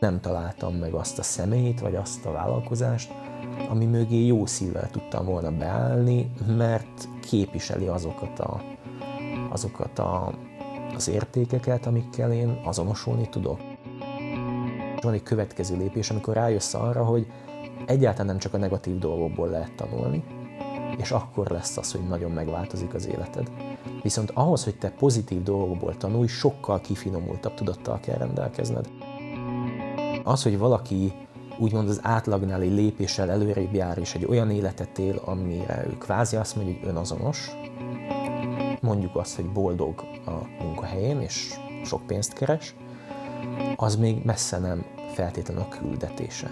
Nem találtam meg azt a személyt, vagy azt a vállalkozást, ami mögé jó szívvel tudtam volna beállni, mert képviseli azokat az értékeket, amikkel én azonosulni tudok. Van egy következő lépés, amikor rájössz arra, hogy egyáltalán nem csak a negatív dolgokból lehet tanulni, és akkor lesz az, hogy nagyon megváltozik az életed. Viszont ahhoz, hogy te pozitív dolgokból tanulj, sokkal kifinomultabb tudattal kell rendelkezned. Az, hogy valaki úgymond az átlagnál egy lépéssel előrébb jár, és egy olyan életet él, amire ő kvázi azt mondja, hogy önazonos, mondjuk azt, hogy boldog a munkahelyén, és sok pénzt keres, az még messze nem feltétlenül a küldetése.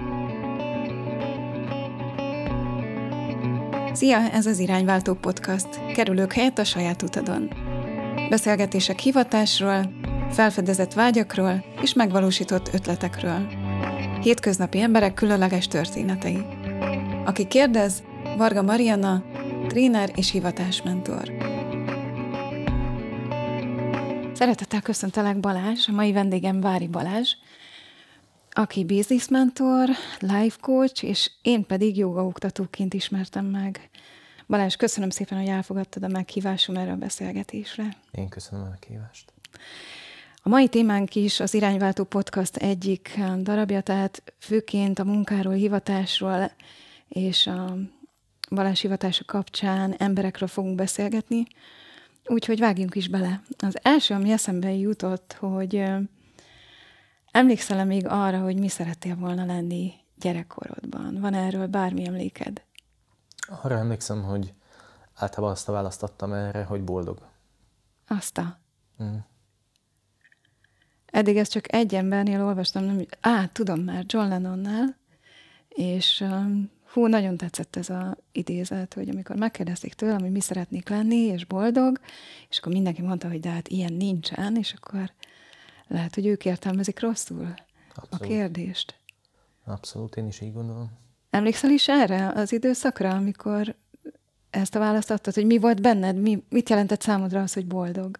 Szia, ez az Irányváltó Podcast. Kerülők helyett a saját utadon. Beszélgetések hivatásról, felfedezett vágyakról és megvalósított ötletekről. Hétköznapi emberek különleges történetei. Aki kérdez, Varga Marianna, tréner és hivatásmentor. Szeretettel köszöntelek, Balázs, a mai vendégem Vári Balázs, aki business mentor, life coach, és én pedig jogaoktatóként ismertem meg. Balázs, köszönöm szépen, hogy elfogadtad a meghívásom erre a beszélgetésre. Én köszönöm a meghívást. A mai témánk is az Irányváltó Podcast egyik darabja, tehát főként a munkáról, hivatásról és a Balázs hivatása kapcsán emberekről fogunk beszélgetni, úgyhogy vágjunk is bele. Az első, ami eszembe jutott, hogy emlékszel-e még arra, hogy mi szerettél volna lenni gyerekkorodban? Van erről bármi emléked? Arra emlékszem, hogy általában azt a választ adtam erre, hogy boldog. Eddig ezt csak egy embernél olvastam, tudom már, John Lennonnál, és nagyon tetszett ez az idézet, hogy amikor megkérdezték tőle, hogy mi szeretnék lenni, és boldog, és akkor mindenki mondta, hogy de hát ilyen nincsen, és akkor lehet, hogy ők értelmezik rosszul a kérdést. Abszolút, én is így gondolom. Emlékszel is erre az időszakra, amikor ezt a választ adtad, hogy mi volt benned, mit jelentett számodra az, hogy boldog?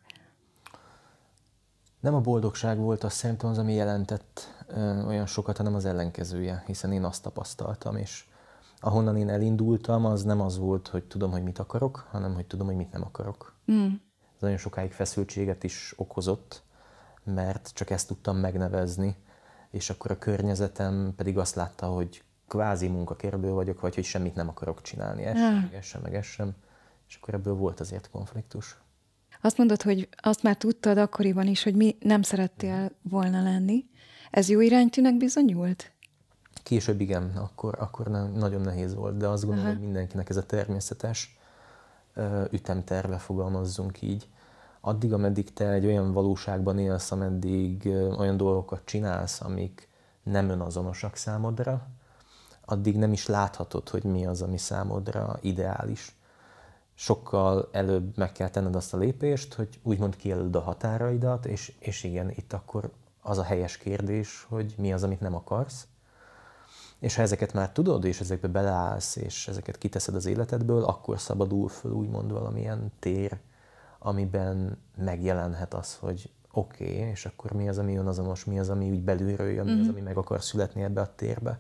Nem a boldogság volt, azt szerintem az, ami jelentett olyan sokat, hanem az ellenkezője, hiszen én azt tapasztaltam, és ahonnan én elindultam, az nem az volt, hogy tudom, hogy mit akarok, hanem hogy tudom, hogy mit nem akarok. Ez nagyon sokáig feszültséget is okozott, mert csak ezt tudtam megnevezni, és akkor a környezetem pedig azt látta, hogy kvázi munkakerülő vagyok, vagy hogy semmit nem akarok csinálni. Ez sem. És akkor ebből volt azért konfliktus. Azt mondod, hogy azt már tudtad akkoriban is, hogy mi nem szerettél volna lenni. Ez jó iránytűnek bizonyult? Később igen, akkor nagyon nehéz volt, de azt gondolom, hogy mindenkinek ez a természetes ütemterve, fogalmazzunk így. Addig, ameddig te egy olyan valóságban élsz, ameddig olyan dolgokat csinálsz, amik nem önazonosak számodra, addig nem is láthatod, hogy mi az, ami számodra ideális. Sokkal előbb meg kell tenned azt a lépést, hogy úgymond kijelöld a határaidat, és igen, itt akkor az a helyes kérdés, hogy mi az, amit nem akarsz. És ha ezeket már tudod, és ezekbe beleállsz, és ezeket kiteszed az életedből, akkor szabadul föl úgymond valamilyen tér, amiben megjelenhet az, hogy oké, és akkor mi az, ami önazonos, mi az, ami úgy belülről jön, mi az, ami meg akar születni ebbe a térbe.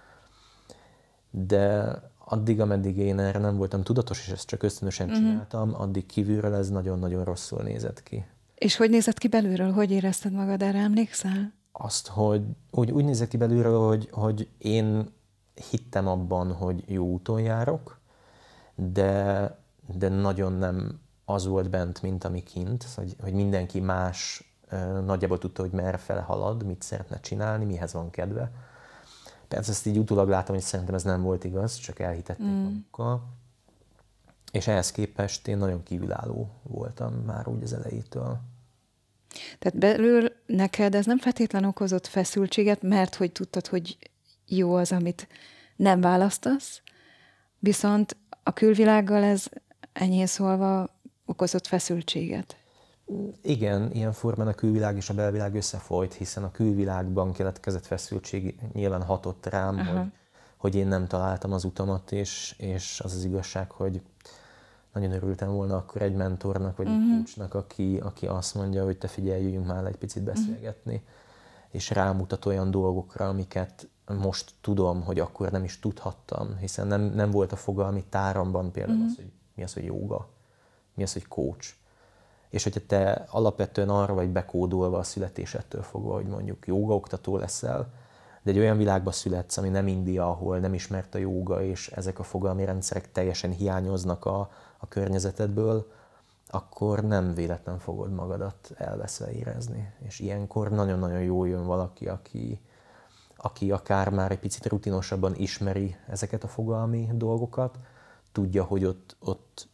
De addig, ameddig én erre nem voltam tudatos, és ezt csak ösztönösen csináltam, addig kívülről ez nagyon-nagyon rosszul nézett ki. És hogy nézett ki belülről? Hogy érezted magad, erre emlékszel? Azt, hogy úgy nézett ki belülről, hogy én hittem abban, hogy jó úton járok, de nagyon nem az volt bent, mint ami kint, hogy mindenki más nagyjából tudta, hogy merre fele halad, mit szeretne csinálni, mihez van kedve. Persze ezt így utólag látom, hogy szerintem ez nem volt igaz, csak elhitették magukkal. És ehhez képest én nagyon kívülálló voltam már úgy az elejétől. Tehát belül neked ez nem feltétlenül okozott feszültséget, mert hogy tudtad, hogy jó az, amit nem választasz, viszont a külvilággal ez enyhén szólva okozott feszültséget. Igen, ilyen formán a külvilág és a belvilág összefolyt, hiszen a külvilágban keletkezett feszültség nyilván hatott rám, hogy én nem találtam az utamat, és az igazság, hogy nagyon örültem volna akkor egy mentornak, vagy egy coachnak, aki azt mondja, hogy te figyelj, jöjjünk már egy picit beszélgetni. és rámutat olyan dolgokra, amiket most tudom, hogy akkor nem is tudhattam, hiszen nem volt a fogalmi táramban például az, hogy mi az, hogy jóga, mi az, hogy coach. És hogyha te alapvetően arra vagy bekódolva a születésettől fogva, hogy mondjuk jógaoktató leszel, de egy olyan világba születsz, ami nem India, ahol nem ismert a jóga, és ezek a fogalmi rendszerek teljesen hiányoznak a környezetedből, akkor nem véletlen fogod magadat elveszve érezni. És ilyenkor nagyon-nagyon jól jön valaki, aki akár már egy picit rutinosabban ismeri ezeket a fogalmi dolgokat, tudja, hogy ott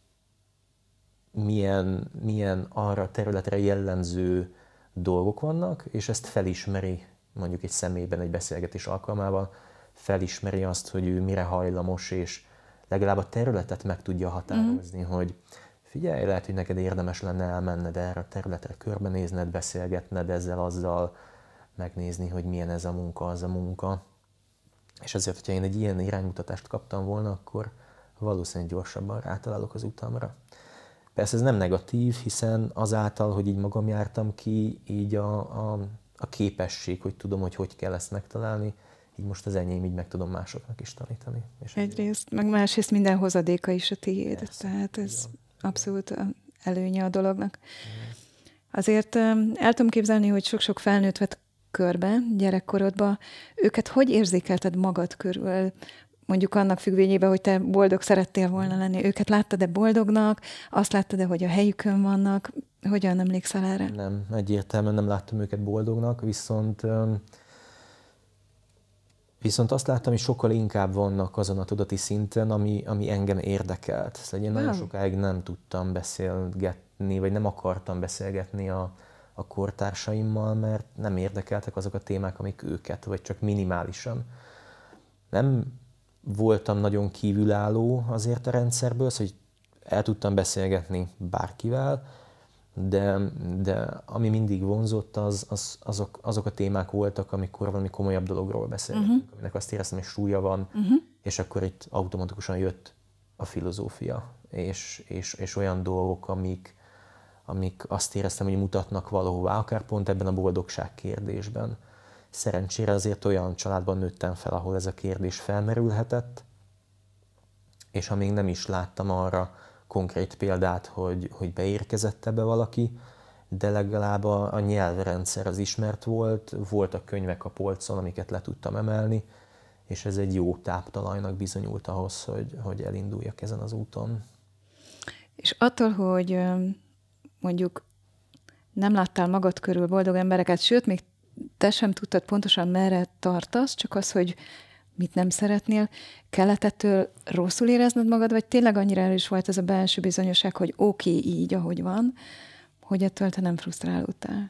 milyen arra a területre jellemző dolgok vannak, és ezt felismeri mondjuk egy személyben, egy beszélgetés alkalmával, felismeri azt, hogy ő mire hajlamos, és legalább a területet meg tudja határozni, hogy figyelj, lehet, hogy neked érdemes lenne elmenned erre a területre, körbenézned, beszélgetned ezzel-azzal, megnézni, hogy milyen ez a munka, az a munka. És ezért, hogyha én egy ilyen iránymutatást kaptam volna, akkor valószínűleg gyorsabban rátalálok az utamra. Persze ez nem negatív, hiszen azáltal, hogy így magam jártam ki, így a képesség, hogy tudom, hogy kell ezt megtalálni, így most az enyém, így meg tudom másoknak is tanítani. És egyrészt, meg másrészt minden hozadéka is a tiéd, tehát ez igen. Abszolút előnye a dolognak. Azért el tudom képzelni, hogy sok-sok felnőtt vett körbe gyerekkorodban. Őket hogy érzékelted magad körül? Mondjuk annak függvényében, hogy te boldog szerettél volna lenni. Őket láttad-e boldognak? Azt láttad-e, hogy a helyükön vannak? Hogyan emlékszel erre? Nem, egyértelműen nem láttam őket boldognak, viszont azt láttam, hogy sokkal inkább vannak azon a tudati szinten, ami engem érdekelt. Szóval én nagyon sokáig nem tudtam beszélgetni, vagy nem akartam beszélgetni a kortársaimmal, mert nem érdekeltek azok a témák, amik őket, vagy csak minimálisan. Nem voltam nagyon kívülálló azért a rendszerből, szóval el tudtam beszélgetni bárkivel, de ami mindig vonzott, azok a témák voltak, amikor valami komolyabb dologról beszélgetünk, aminek azt éreztem, hogy súlya van, és akkor itt automatikusan jött a filozófia, és olyan dolgok, amik azt éreztem, hogy mutatnak valahová, akár pont ebben a boldogság kérdésben. Szerencsére azért olyan családban nőttem fel, ahol ez a kérdés felmerülhetett, és amíg nem is láttam arra konkrét példát, hogy beérkezett ebbe valaki, de legalább a nyelvrendszer az ismert volt, voltak könyvek a polcon, amiket le tudtam emelni, és ez egy jó táptalajnak bizonyult ahhoz, hogy elinduljak ezen az úton. És attól, hogy mondjuk nem láttál magad körül boldog embereket, sőt, még te sem tudtad pontosan merre tartasz, csak az, hogy mit nem szeretnél, kellett ettől rosszul érezned magad, vagy tényleg annyira erős volt ez a belső bizonyosság, hogy oké, így, ahogy van, hogy ettől te nem frusztrálódtál?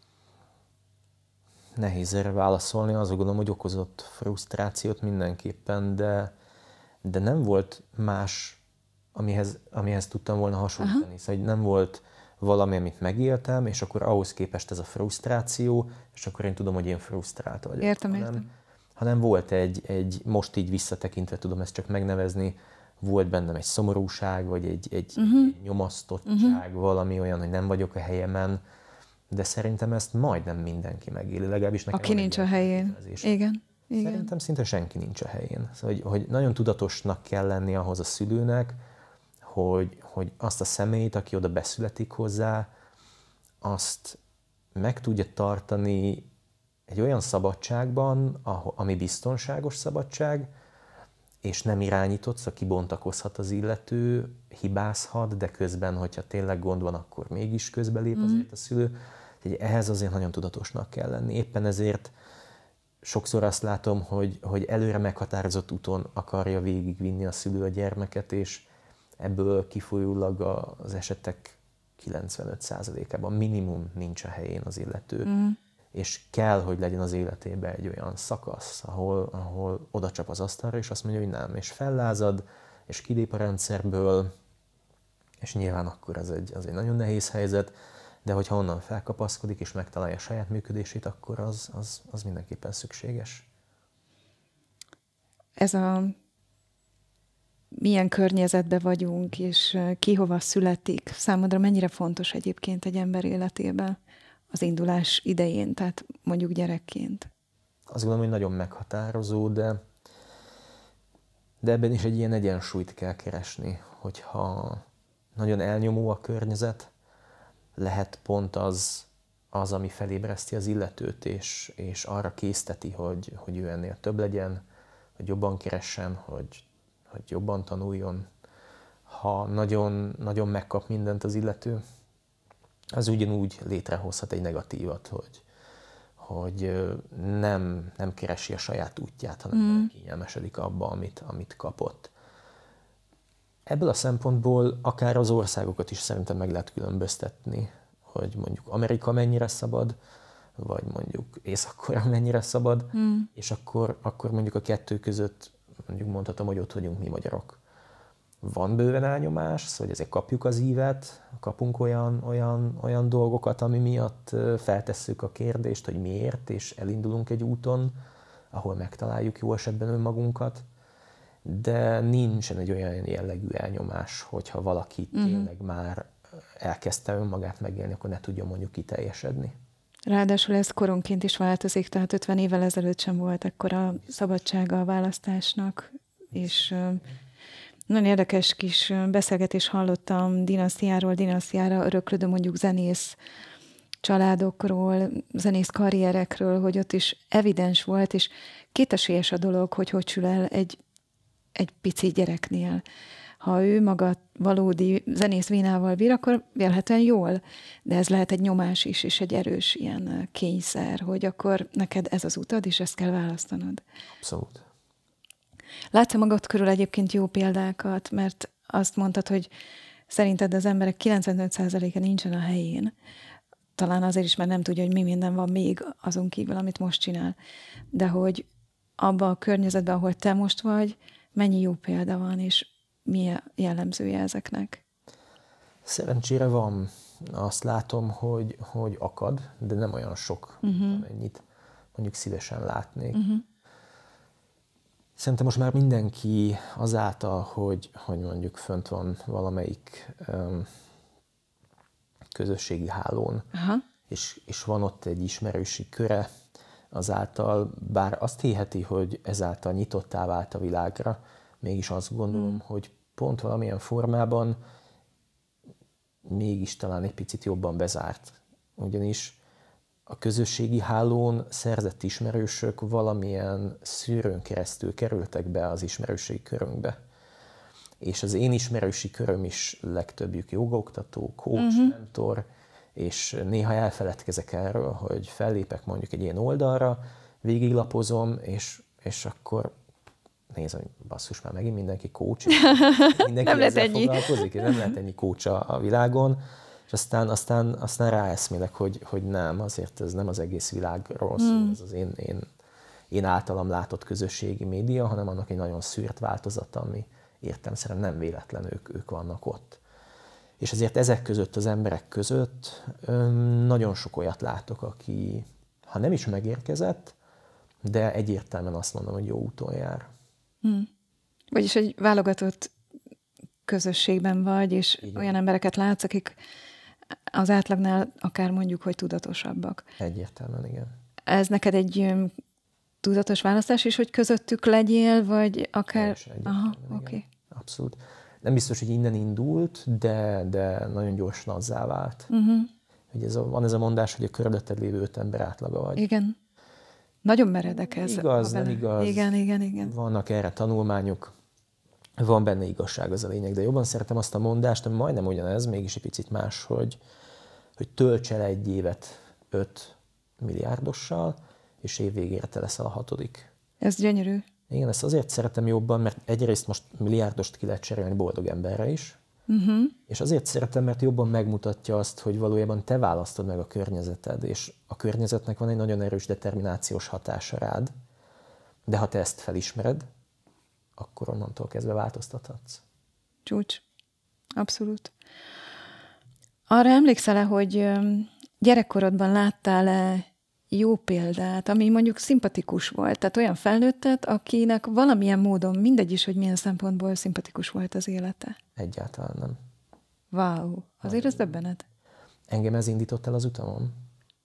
Nehéz erre válaszolni, azt gondolom, hogy okozott frusztrációt mindenképpen, de nem volt más, amihez tudtam volna hasonlítani. Szóval nem volt valami, amit megéltem, és akkor ahhoz képest ez a frusztráció, és akkor én tudom, hogy én frusztrált vagyok. Értem. Hanem volt egy most így visszatekintve tudom ezt csak megnevezni, volt bennem egy szomorúság, vagy egy nyomasztottság, valami olyan, hogy nem vagyok a helyemen, de szerintem ezt majdnem mindenki megéli, legalábbis nekem. Aki nincs a helyén. Igen. Szerintem szinte senki nincs a helyén. Szóval, hogy nagyon tudatosnak kell lenni ahhoz a szülőnek, hogy azt a személyt, aki oda beszületik hozzá, azt meg tudja tartani egy olyan szabadságban, ami biztonságos szabadság, és nem irányított, szóval kibontakozhat az illető, hibázhat, de közben, hogyha tényleg gond van, akkor mégis közbelép azért a szülő. Ehhez azért nagyon tudatosnak kell lenni. Éppen ezért sokszor azt látom, hogy előre meghatározott úton akarja végigvinni a szülő a gyermeket, és ebből kifolyólag az esetek 95%-ában minimum nincs a helyén az illető. És kell, hogy legyen az életében egy olyan szakasz, ahol oda csap az asztalra, és azt mondja, hogy nem, és fellázad, és kilép a rendszerből, és nyilván akkor az egy nagyon nehéz helyzet, de hogyha onnan felkapaszkodik, és megtalálja a saját működését, akkor az mindenképpen szükséges. Ez milyen környezetben vagyunk, és ki hova születik, számodra mennyire fontos egyébként egy ember életében? az indulás idején, tehát mondjuk gyerekként? Azt gondolom, hogy nagyon meghatározó, de ebben is egy ilyen egyensúlyt kell keresni, hogyha nagyon elnyomó a környezet, lehet pont az ami felébreszti az illetőt, és arra készteti, hogy ő ennél több legyen, hogy jobban keressen, hogy jobban tanuljon. Ha nagyon, nagyon megkap mindent az illető, az ugyanúgy létrehozhat egy negatívat, hogy nem keresi a saját útját, hanem kényelmesedik abba, amit kapott. Ebből a szempontból akár az országokat is szerintem meg lehet különböztetni, hogy mondjuk Amerika mennyire szabad, vagy mondjuk Észak-Korea mennyire szabad, és akkor mondjuk a kettő között mondjuk mondhatom, hogy ott vagyunk mi magyarok. Van bőven elnyomás, szóval ezért kapjuk az ívet, kapunk olyan dolgokat, ami miatt feltesszük a kérdést, hogy miért, és elindulunk egy úton, ahol megtaláljuk jó esetben önmagunkat, de nincsen egy olyan jellegű elnyomás, hogyha valaki tényleg már elkezdte önmagát megélni, akkor ne tudjon mondjuk kiteljesedni. Ráadásul ez koronként is változik, tehát 50 évvel ezelőtt sem volt ekkora szabadsága a választásnak, és nagyon érdekes kis beszélgetést hallottam dinasztiára öröklődő mondjuk zenész családokról, zenész karrierekről, hogy ott is evidens volt, és kétesélyes a dolog, hogy sül el egy pici gyereknél. Ha ő maga valódi zenész vénával bír, akkor vélhetően jól, de ez lehet egy nyomás is, és egy erős ilyen kényszer, hogy akkor neked ez az utad, és ezt kell választanod. Abszolút. Látsz-e magad körül egyébként jó példákat, mert azt mondtad, hogy szerinted az emberek 95%-a nincsen a helyén. Talán azért is, mert nem tudja, hogy mi minden van még azon kívül, amit most csinál. De hogy abban a környezetben, ahol te most vagy, mennyi jó példa van, és mi a jellemzője ezeknek? Szerencsére van. Azt látom, hogy akad, de nem olyan sok, amennyit mondjuk szívesen látnék. Szerintem most már mindenki azáltal, hogy mondjuk fönt van valamelyik közösségi hálón, és van ott egy ismerősi köre, azáltal, bár azt hiheti, hogy ezáltal nyitottá vált a világra, mégis azt gondolom, hogy pont valamilyen formában mégis talán egy picit jobban bezárt. Ugyanis a közösségi hálón szerzett ismerősök valamilyen szűrőn keresztül kerültek be az ismerőségi körünkbe. És az én ismerősi köröm is legtöbbjük jogaoktató, coach, mentor, és néha elfeledkezek erről, hogy fellépek mondjuk egy ilyen oldalra, végiglapozom, és akkor nézem, hogy basszus, már megint mindenki coach, mindenki ezzel foglalkozik, és nem lehet ennyi coach a világon, és aztán ráeszmélek, hogy nem, azért ez nem az egész világról szól, ez az én általam látott közösségi média, hanem annak egy nagyon szűrt változata, ami értelemszerűen nem véletlen ők vannak ott. És ezért ezek között, az emberek között nagyon sok olyat látok, aki, ha nem is megérkezett, de egyértelműen azt mondom, hogy jó úton jár. Vagyis egy válogatott közösségben vagy, és igen, olyan embereket látsz, akik az átlagnál akár mondjuk, hogy tudatosabbak. Egyértelműen, igen. Ez neked egy tudatos választás is, hogy közöttük legyél, vagy akár... Aha, oké. Abszolút. Nem biztos, hogy innen indult, de nagyon gyorsan azzá vált. Ugye van ez a mondás, hogy a körülötted lévő 5 ember átlaga vagy. Igen. Nagyon meredek ez. Igaz, nem igaz. Igen. Vannak erre tanulmányok, van benne igazság, az a lényeg, de jobban szeretem azt a mondást, ami majdnem ugyanez, mégis egy picit más, hogy tölts el egy évet 5 milliárdossal, és év végére te leszel a 6. Ez gyönyörű. Igen, ezt azért szeretem jobban, mert egyrészt most milliárdost ki lehet cserélni boldog emberre is, és azért szeretem, mert jobban megmutatja azt, hogy valójában te választod meg a környezeted, és a környezetnek van egy nagyon erős determinációs hatása rád, de ha te ezt felismered, akkor onnantól kezdve változtathatsz. Csúcs. Abszolút. Arra emlékszel-e, hogy gyerekkorodban láttál-e jó példát, ami mondjuk szimpatikus volt? Tehát olyan felnőttet, akinek valamilyen módon, mindegy is, hogy milyen szempontból szimpatikus volt az élete? Egyáltalán nem. Wow, azért ez döbbenet. Engem ez indított el az utamon.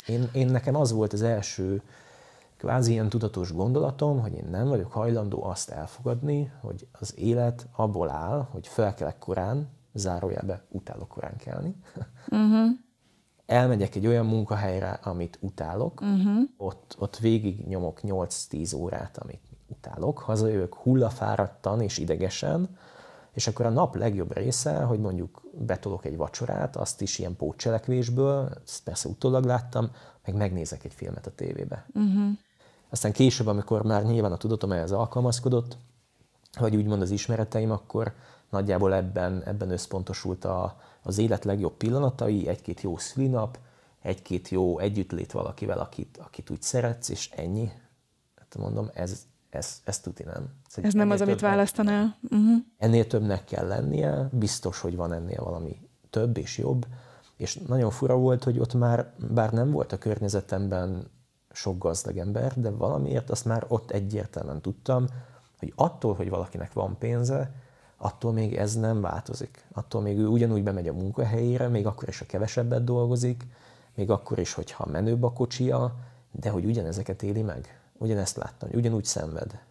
Én nekem az volt az első kvázi ilyen tudatos gondolatom, hogy én nem vagyok hajlandó azt elfogadni, hogy az élet abból áll, hogy felkelek korán, zárójelbe utálok korán kelni, elmegyek egy olyan munkahelyre, amit utálok, ott végig nyomok 8-10 órát, amit utálok, hazajövök hullafáradtan és idegesen, és akkor a nap legjobb része, hogy mondjuk betolok egy vacsorát, azt is ilyen pótcselekvésből, ezt persze utólag láttam, meg megnézek egy filmet a tévébe. Aztán később, amikor már nyilván a tudatom ehhez alkalmazkodott, vagy úgymond az ismereteim, akkor nagyjából ebben összpontosult az élet legjobb pillanatai, egy-két jó szülinap, egy-két jó együttlét valakivel, akit úgy szeretsz, és ennyi. Hát mondom, ez tuti nem. Ez nem az, amit választanál. Ennél többnek kell lennie, biztos, hogy van ennél valami több és jobb, és nagyon fura volt, hogy ott már, bár nem volt a környezetemben sok gazdag ember, de valamiért azt már ott egyértelműen tudtam, hogy attól, hogy valakinek van pénze, attól még ez nem változik. Attól még ő ugyanúgy bemegy a munkahelyére, még akkor is, ha kevesebbet dolgozik, még akkor is, hogyha menőbb a kocsija, de hogy ugyanezeket éli meg. Ugyanezt láttam, hogy ugyanúgy szenved.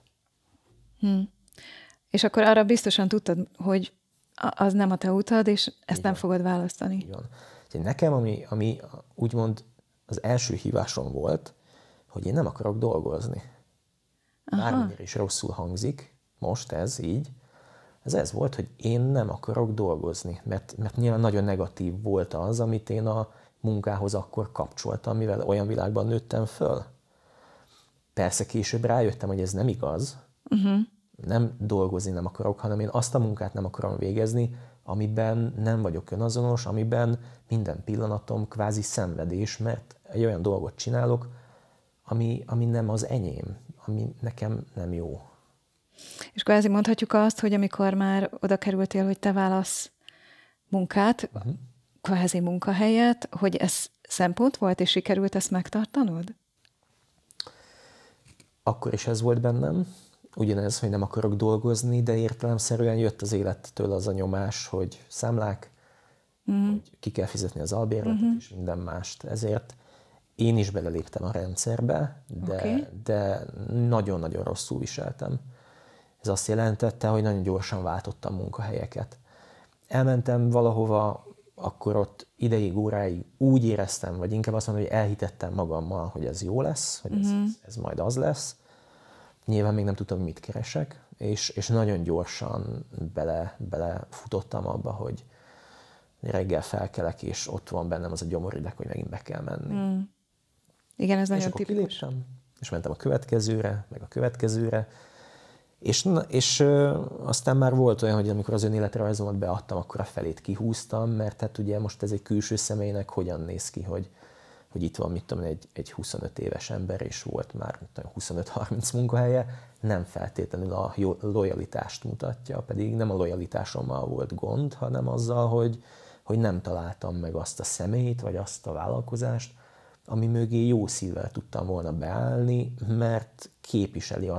És akkor arra biztosan tudtad, hogy az nem a te utad, és ezt nem fogod választani. Így van. Nekem, ami úgymond az első hívásom volt, hogy én nem akarok dolgozni. Bármennyire is rosszul hangzik, most ez így, ez volt, hogy én nem akarok dolgozni, mert nyilván nagyon negatív volt az, amit én a munkához akkor kapcsoltam, mivel olyan világban nőttem föl. Persze később rájöttem, hogy ez nem igaz, nem dolgozni nem akarok, hanem én azt a munkát nem akarom végezni, amiben nem vagyok önazonos, amiben minden pillanatom kvázi szenvedés, mert egy olyan dolgot csinálok, ami nem az enyém, ami nekem nem jó. És kvázi mondhatjuk azt, hogy amikor már oda kerültél, hogy te válasz munkát, kvázi munkahelyet, hogy ez szempont volt, és sikerült ezt megtartanod? Akkor is ez volt bennem. Ugyanez, hogy nem akarok dolgozni, de értelemszerűen jött az élettől az a nyomás, hogy számlák, hogy ki kell fizetni az albérletet és minden mást. Ezért én is beleléptem a rendszerbe, de nagyon-nagyon rosszul viseltem. Ez azt jelentette, hogy nagyon gyorsan váltottam munkahelyeket. Elmentem valahova, akkor ott ideig, óráig úgy éreztem, vagy inkább azt mondom, hogy elhitettem magammal, hogy ez jó lesz, hogy ez majd az lesz. Nyilván még nem tudtam, mit keresek, és nagyon gyorsan belefutottam abba, hogy reggel felkelek, és ott van bennem az a gyomorideg, hogy megint be kell menni. Igen, ez és nagyon tipikus. Kiléptem, és mentem a következőre, meg a következőre, és aztán már volt olyan, hogy amikor az önéletrajzomat beadtam, akkor a felét kihúztam, mert hát ugye most ez egy külső személynek hogyan néz ki, hogy itt van, mit tudom, egy 25 éves ember, és volt már 25-30 munkahelye, nem feltétlenül a lojalitást mutatja, pedig nem a lojalitásommal volt gond, hanem azzal, hogy nem találtam meg azt a személyt, vagy azt a vállalkozást, ami mögé jó szívvel tudtam volna beállni, mert képviseli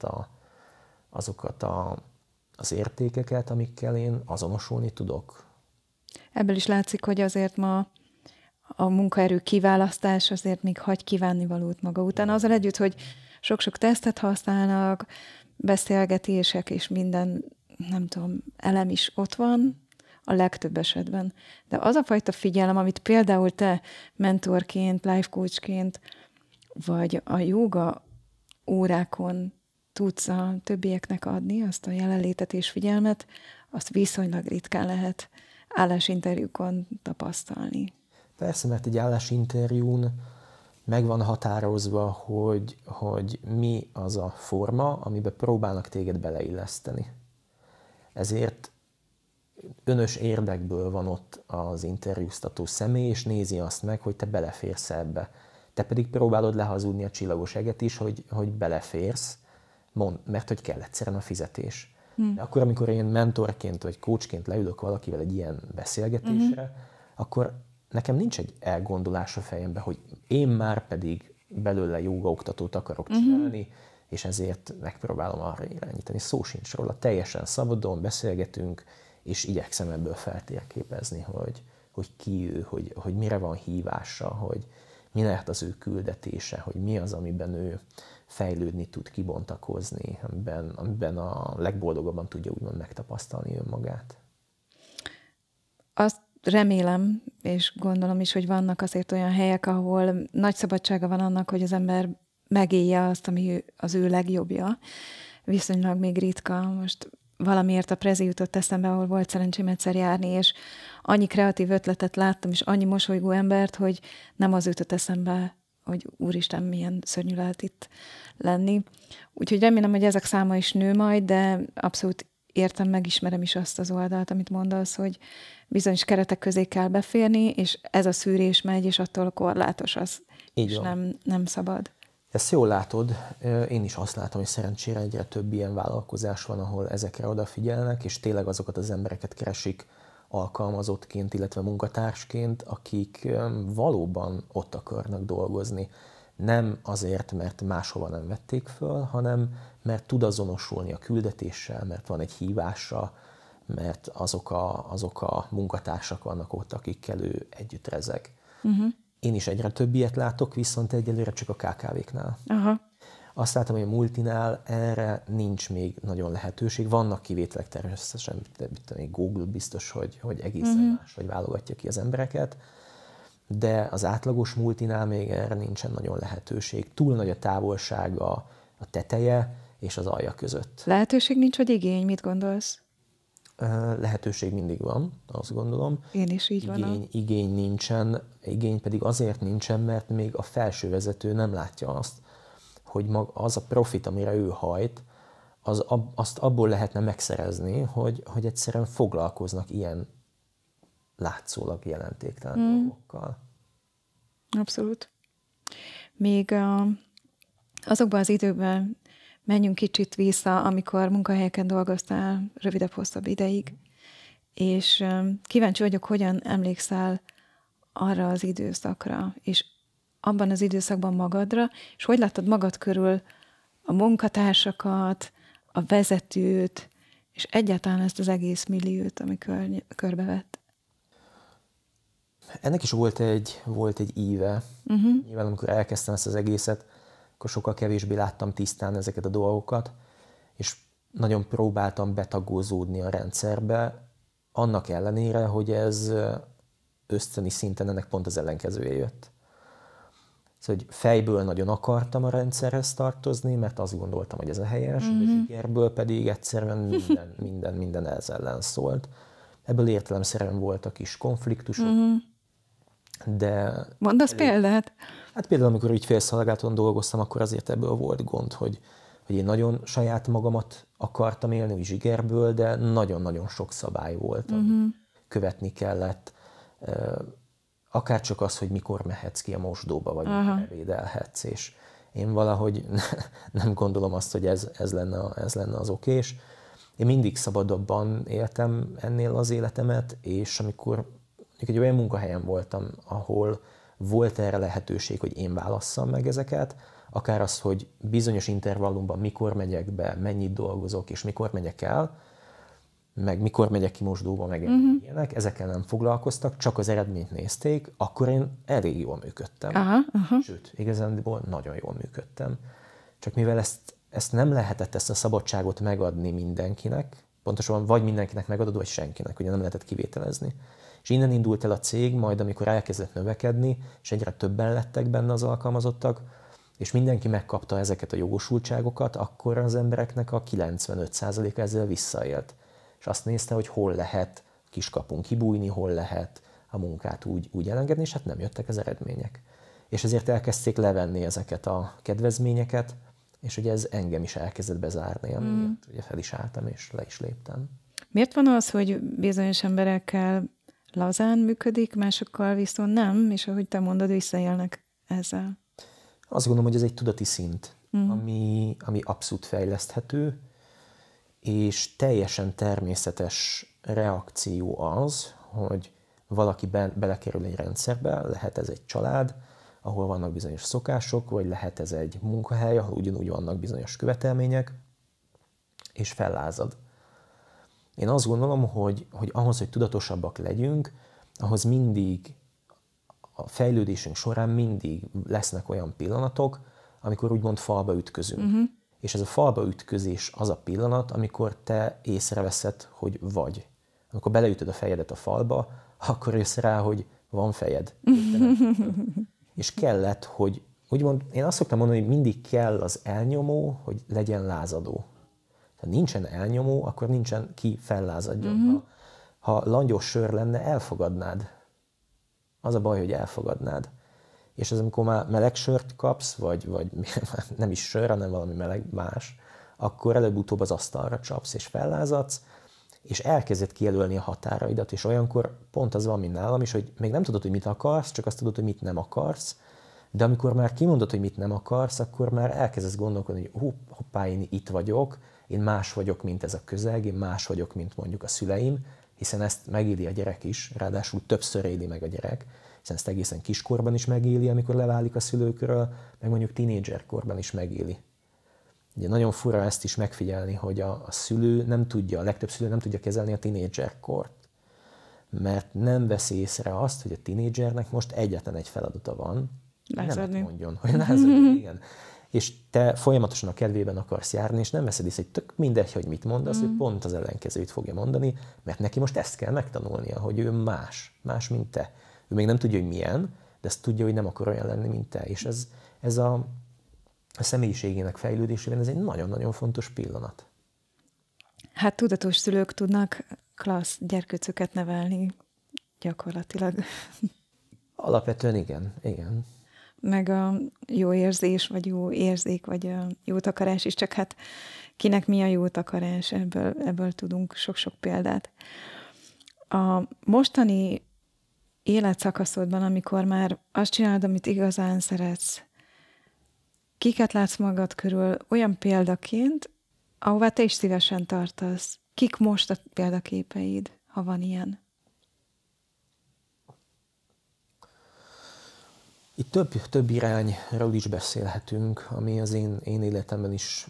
azokat az értékeket, amikkel én azonosulni tudok. Ebből is látszik, hogy azért ma a munkaerő kiválasztás azért még hagy kívánnivalót maga után. Azzal együtt, hogy sok-sok tesztet használnak, beszélgetések és minden, nem tudom, elem is ott van a legtöbb esetben. De az a fajta figyelem, amit például te mentorként, life coachként, vagy a jóga órákon tudsz a többieknek adni, azt a jelenlétet és figyelmet, azt viszonylag ritkán lehet állásinterjúkon tapasztalni. Persze, mert egy állásinterjún meg van határozva, hogy mi az a forma, amiben próbálnak téged beleilleszteni. Ezért önös érdekből van ott az interjúztató személy, és nézi azt meg, hogy te beleférsz ebbe. Te pedig próbálod lehazudni a csillagos eget is, hogy beleférsz, mert hogy kell egyszerűen a fizetés. De akkor, amikor én mentorként vagy coachként leülök valakivel egy ilyen beszélgetésre, akkor nekem nincs egy elgondolás a fejemben, hogy én már pedig belőle jógaoktatót akarok csinálni, és ezért megpróbálom arra irányítani. Szó sincs róla, teljesen szabadon beszélgetünk, és igyekszem ebből feltérképezni, hogy ki ő, hogy mire van hívása, hogy mi lehet az ő küldetése, hogy mi az, amiben ő fejlődni tud, kibontakozni, amiben a legboldogabban tudja úgymond megtapasztalni önmagát. Azt remélem, és gondolom is, hogy vannak azért olyan helyek, ahol nagy szabadsága van annak, hogy az ember megélje azt, ami az ő legjobbja. Viszonylag még ritka. Most valamiért a Prezi jutott eszembe, ahol volt szerencsém egyszer járni, és annyi kreatív ötletet láttam, és annyi mosolygó embert, hogy nem az jutott eszembe, hogy úristen, milyen szörnyű lehet itt lenni. Úgyhogy remélem, hogy ezek száma is nő majd, de abszolút értem, megismerem is azt az oldalt, amit mondasz, hogy bizonyos keretek közé kell beférni, és ez a szűrés megy, és attól korlátos az, és nem szabad. Ezt jól látod. Én is azt látom, hogy szerencsére egyre több ilyen vállalkozás van, ahol ezekre odafigyelnek, és tényleg azokat az embereket keresik alkalmazottként, illetve munkatársként, akik valóban ott akarnak dolgozni. Nem azért, mert máshova nem vették föl, hanem mert tud azonosulni a küldetéssel, mert van egy hívása, mert azok a munkatársak vannak ott, akikkel ő együtt rezeg. Én is egyre több ilyet látok, viszont egyelőre csak a KKV-knál. Aha. Azt látom, hogy a multinál erre nincs még nagyon lehetőség. Vannak kivételek természetesen, még Google biztos, hogy egészen más, hogy válogatja ki az embereket, de az átlagos multinál még erre nincsen nagyon lehetőség. Túl nagy a távolság a teteje és az alja között. Lehetőség nincs, vagy igény? Mit gondolsz? Lehetőség mindig van, azt gondolom. Én is így van. Igény nincsen, igény pedig azért nincsen, mert még a felsővezető nem látja azt, hogy az a profit, amire ő hajt, azt abból lehetne megszerezni, hogy egyszerűen foglalkoznak ilyen látszólag jelentéktelen dolgokkal. Abszolút. Még azokban az időkben menjünk kicsit vissza, amikor munkahelyeken dolgoztál rövidebb, hosszabb ideig, és kíváncsi vagyok, hogyan emlékszel arra az időszakra, és abban az időszakban magadra, és hogy láttad magad körül a munkatársakat, a vezetőt, és egyáltalán ezt az egész milliót, ami körbevett. Ennek is volt egy íve. Nyilván, amikor elkezdtem ezt az egészet, akkor sokkal kevésbé láttam tisztán ezeket a dolgokat, és nagyon próbáltam betagozódni a rendszerbe, annak ellenére, hogy ez ösztöni szinten ennek pont az ellenkezője jött. Szóval, hogy fejből nagyon akartam a rendszerhez tartozni, mert azt gondoltam, hogy ez a helyes, de zsigerből pedig egyszerűen minden ez ellen szólt. Ebből értelemszerűen voltak is konfliktusok, de... Mondasz példát? Hát például, amikor ügyfélszolgálaton dolgoztam, akkor azért ebből volt gond, hogy én nagyon saját magamat akartam élni, úgy zsigerből, de nagyon-nagyon sok szabály volt, követni kellett. Akár csak az, hogy mikor mehetsz ki a mosdóba, vagy mikor ebédelhetsz, és én valahogy nem gondolom azt, hogy ez lenne az okés. Én mindig szabadabban éltem ennél az életemet, és amikor egy olyan munkahelyen voltam, ahol volt erre lehetőség, hogy én válasszam meg ezeket, akár az, hogy bizonyos intervallumban mikor megyek be, mennyit dolgozok, és mikor megyek el, meg mikor megyek ki mosdóba, meg ilyenek, ezekkel nem foglalkoztak, csak az eredményt nézték, akkor én elég jól működtem. Sőt, igazándiból nagyon jól működtem. Csak mivel ezt nem lehetett, ezt a szabadságot megadni mindenkinek, pontosabban vagy mindenkinek megadod, vagy senkinek, ugye nem lehetett kivételezni. És innen indult el a cég, majd amikor elkezdett növekedni, és egyre többen lettek benne az alkalmazottak, és mindenki megkapta ezeket a jogosultságokat, akkor az embereknek a 95%-a ezzel visszaélt. És azt nézte, hogy hol lehet kiskapun kibújni, hol lehet a munkát úgy elengedni, és hát nem jöttek az eredmények. És ezért elkezdték levenni ezeket a kedvezményeket, és ugye ez engem is elkezdett bezárni, amiért ugye fel is álltam, és le is léptem. Miért van az, hogy bizonyos emberekkel lazán működik, másokkal viszont nem, és ahogy te mondod, visszaélnek ezzel? Azt gondolom, hogy ez egy tudati szint, ami abszolút fejleszthető, és teljesen természetes reakció az, hogy valaki belekerül egy rendszerbe, lehet ez egy család, ahol vannak bizonyos szokások, vagy lehet ez egy munkahely, ahol ugyanúgy vannak bizonyos követelmények, és fellázad. Én azt gondolom, hogy ahhoz, hogy tudatosabbak legyünk, ahhoz mindig a fejlődésünk során mindig lesznek olyan pillanatok, amikor úgymond falba ütközünk. És ez a falba ütközés az a pillanat, amikor te észreveszed, hogy vagy. Amikor beleütöd a fejedet a falba, akkor jössz rá, hogy van fejed. És kellett, hogy úgymond, én azt szoktam mondani, hogy mindig kell az elnyomó, hogy legyen lázadó. Ha nincsen elnyomó, akkor nincsen ki fellázadjon. Ha langyos sör lenne, elfogadnád. Az a baj, hogy elfogadnád. És az, amikor már meleg sört kapsz, vagy nem is sör, hanem valami meleg más, akkor előbb-utóbb az asztalra csapsz, és fellázadsz, és elkezded kijelölni a határaidat, és olyankor pont az van, mint nálam is, hogy még nem tudod, hogy mit akarsz, csak azt tudod, hogy mit nem akarsz, de amikor már kimondod, hogy mit nem akarsz, akkor már elkezdesz gondolkodni, hogy hoppá, én itt vagyok, én más vagyok, mint ez a közeg, én más vagyok, mint mondjuk a szüleim, hiszen ezt megéli a gyerek is, ráadásul többször éli meg a gyerek, hiszen ezt egészen kiskorban is megéli, amikor leválik a szülőkről, meg mondjuk tínédzserkorban is megéli. Ugye nagyon fura ezt is megfigyelni, hogy a szülő nem tudja, a legtöbb szülő nem tudja kezelni a tínédzserkort, mert nem veszi észre azt, hogy a tínédzsernek most egyetlen egy feladata van, lázadni. Nem mondjon, hogy lázadni, igen. És te folyamatosan a kedvében akarsz járni, és nem veszed észre, hogy tök mindegy, hogy mit mondasz, hogy pont az ellenkezőt fogja mondani, mert neki most ezt kell megtanulnia, hogy ő más, mint te. Ő még nem tudja, hogy milyen, de ezt tudja, hogy nem akar olyan lenni, mint te. És ez a személyiségének fejlődésében ez egy nagyon-nagyon fontos pillanat. Hát tudatos szülők tudnak klassz gyerkőcöket nevelni gyakorlatilag. Alapvetően igen. Meg a jó érzés, vagy jó érzék, vagy a jó takarás is, csak hát kinek mi a jó takarás, ebből tudunk sok-sok példát. A mostani életszakaszodban, amikor már azt csinálod, amit igazán szeretsz, kiket látsz magad körül olyan példaként, ahová te is szívesen tartasz? Kik most a példaképeid, ha van ilyen? Itt több irányról is beszélhetünk, ami az én életemben is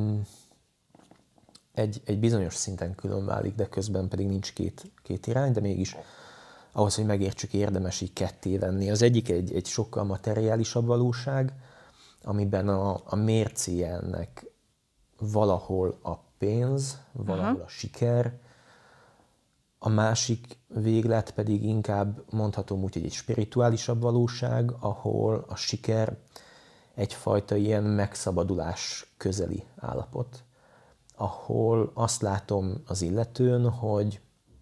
egy bizonyos szinten külön válik, de közben pedig nincs két irány, de mégis ahhoz, hogy megértsük, érdemes így ketté venni. Az egyik egy sokkal materiálisabb valóság, amiben a mércéje ennek valahol a pénz, valahol a siker, a másik véglet pedig inkább mondhatom úgy, hogy egy spirituálisabb valóság, ahol a siker egyfajta ilyen megszabadulás közeli állapot, ahol azt látom az illetőn, hogy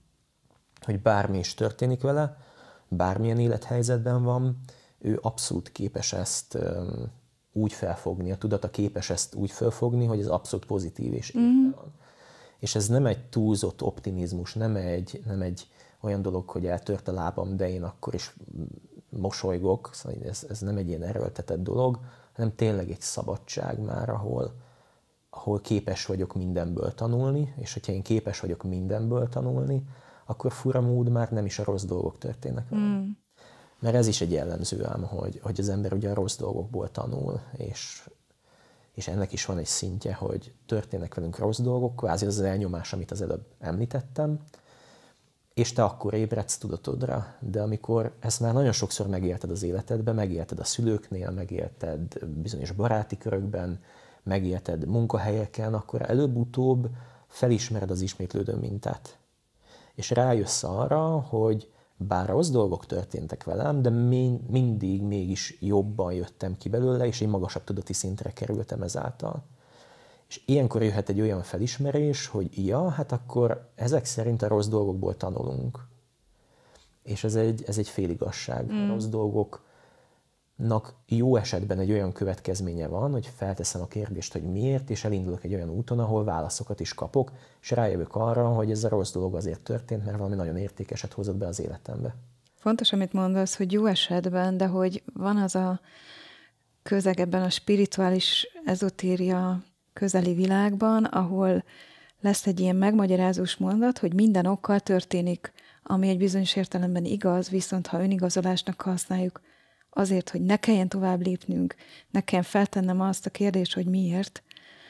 bármi is történik vele, bármilyen élethelyzetben van, ő abszolút képes ezt úgy felfogni, a tudata képes ezt úgy felfogni, hogy ez abszolút pozitív és éppen van. És ez nem egy túlzott optimizmus, nem egy olyan dolog, hogy eltört a lábam, de én akkor is mosolygok, szóval ez nem egy ilyen erőltetett dolog, hanem tényleg egy szabadság már, ahol képes vagyok mindenből tanulni, és hogyha én képes vagyok mindenből tanulni, akkor fura mód már nem is a rossz dolgok történnek velem. Mert ez is egy jellemző ám, hogy az ember ugye a rossz dolgokból tanul, és ennek is van egy szintje, hogy történnek velünk rossz dolgok, kvázi az elnyomás, amit az előbb említettem, és te akkor ébredsz tudatodra, de amikor ezt már nagyon sokszor megélted az életedben, megélted a szülőknél, megélted bizonyos baráti körökben, megélted munkahelyeken, akkor előbb-utóbb felismered az ismétlődő mintát. És rájössz arra, hogy bár rossz dolgok történtek velem, de mindig mégis jobban jöttem ki belőle, és egy magasabb tudati szintre kerültem ezáltal. És ilyenkor jöhet egy olyan felismerés, hogy hát akkor ezek szerint a rossz dolgokból tanulunk. És ez egy féligasság. A rossz dolgoknak jó esetben egy olyan következménye van, hogy felteszem a kérdést, hogy miért, és elindulok egy olyan úton, ahol válaszokat is kapok, és rájövök arra, hogy ez a rossz dolog azért történt, mert valami nagyon értékeset hozott be az életembe. Fontos, amit mondasz, hogy jó esetben, de hogy van az a közeg ebben a spirituális ezotéria közeli világban, ahol lesz egy ilyen megmagyarázós mondat, hogy minden okkal történik, ami egy bizonyos értelemben igaz, viszont ha önigazolásnak használjuk azért, hogy ne kelljen tovább lépnünk, ne kelljen feltennem azt a kérdést, hogy miért,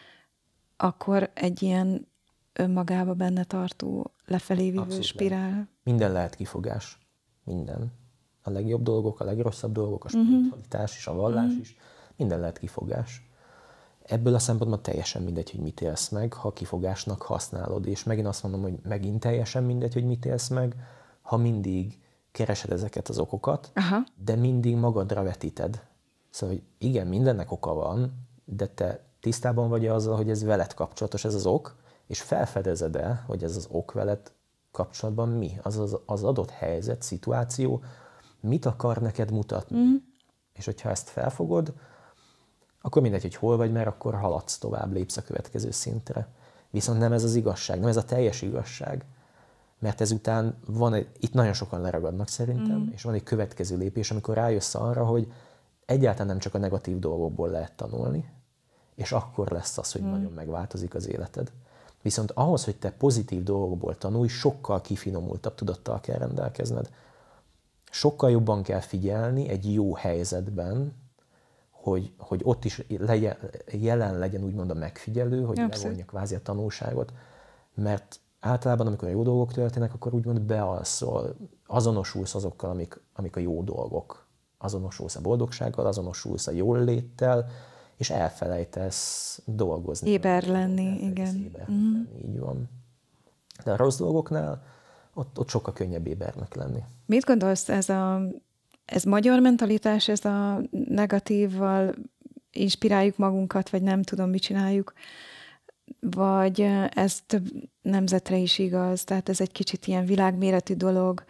akkor egy ilyen önmagába benne tartó, lefelé vívő spirál. Minden lehet kifogás. Minden. A legjobb dolgok, a legrosszabb dolgok, a spiritualitás is, a vallás is, minden lehet kifogás. Ebből a szempontból teljesen mindegy, hogy mit élsz meg, ha kifogásnak használod. És megint azt mondom, hogy megint teljesen mindegy, hogy mit élsz meg, ha mindig keresed ezeket az okokat, de mindig magadra vetíted. Szóval, hogy igen, mindennek oka van, de te tisztában vagy azzal, hogy ez veled kapcsolatos, ez az ok, és felfedezed-e, hogy ez az ok veled kapcsolatban mi? Az adott helyzet, szituáció, mit akar neked mutatni? És hogyha ezt felfogod, akkor mindegy, hogy hol vagy, mert akkor haladsz tovább, lépsz a következő szintre. Viszont nem ez az igazság, nem ez a teljes igazság. Mert ezután itt nagyon sokan leragadnak szerintem, és van egy következő lépés, amikor rájössz arra, hogy egyáltalán nem csak a negatív dolgokból lehet tanulni, és akkor lesz az, hogy nagyon megváltozik az életed. Viszont ahhoz, hogy te pozitív dolgokból tanulj, sokkal kifinomultabb tudattal kell rendelkezned. Sokkal jobban kell figyelni egy jó helyzetben, hogy ott is jelen legyen úgymond a megfigyelő, hogy levonja kvázi a tanulságot, mert általában, amikor a jó dolgok történnek, akkor úgymond bealszol, azonosulsz azokkal, amik a jó dolgok. Azonosulsz a boldogsággal, azonosulsz a jól léttel, és elfelejtesz dolgozni. Éber lenni, igen. Lenni, így van. De a rossz dolgoknál ott sokkal könnyebb ébernek lenni. Mit gondolsz, ez magyar mentalitás, ez a negatívval inspiráljuk magunkat, vagy nem tudom, mit csináljuk, vagy ez több nemzetre is igaz, tehát ez egy kicsit ilyen világméretű dolog,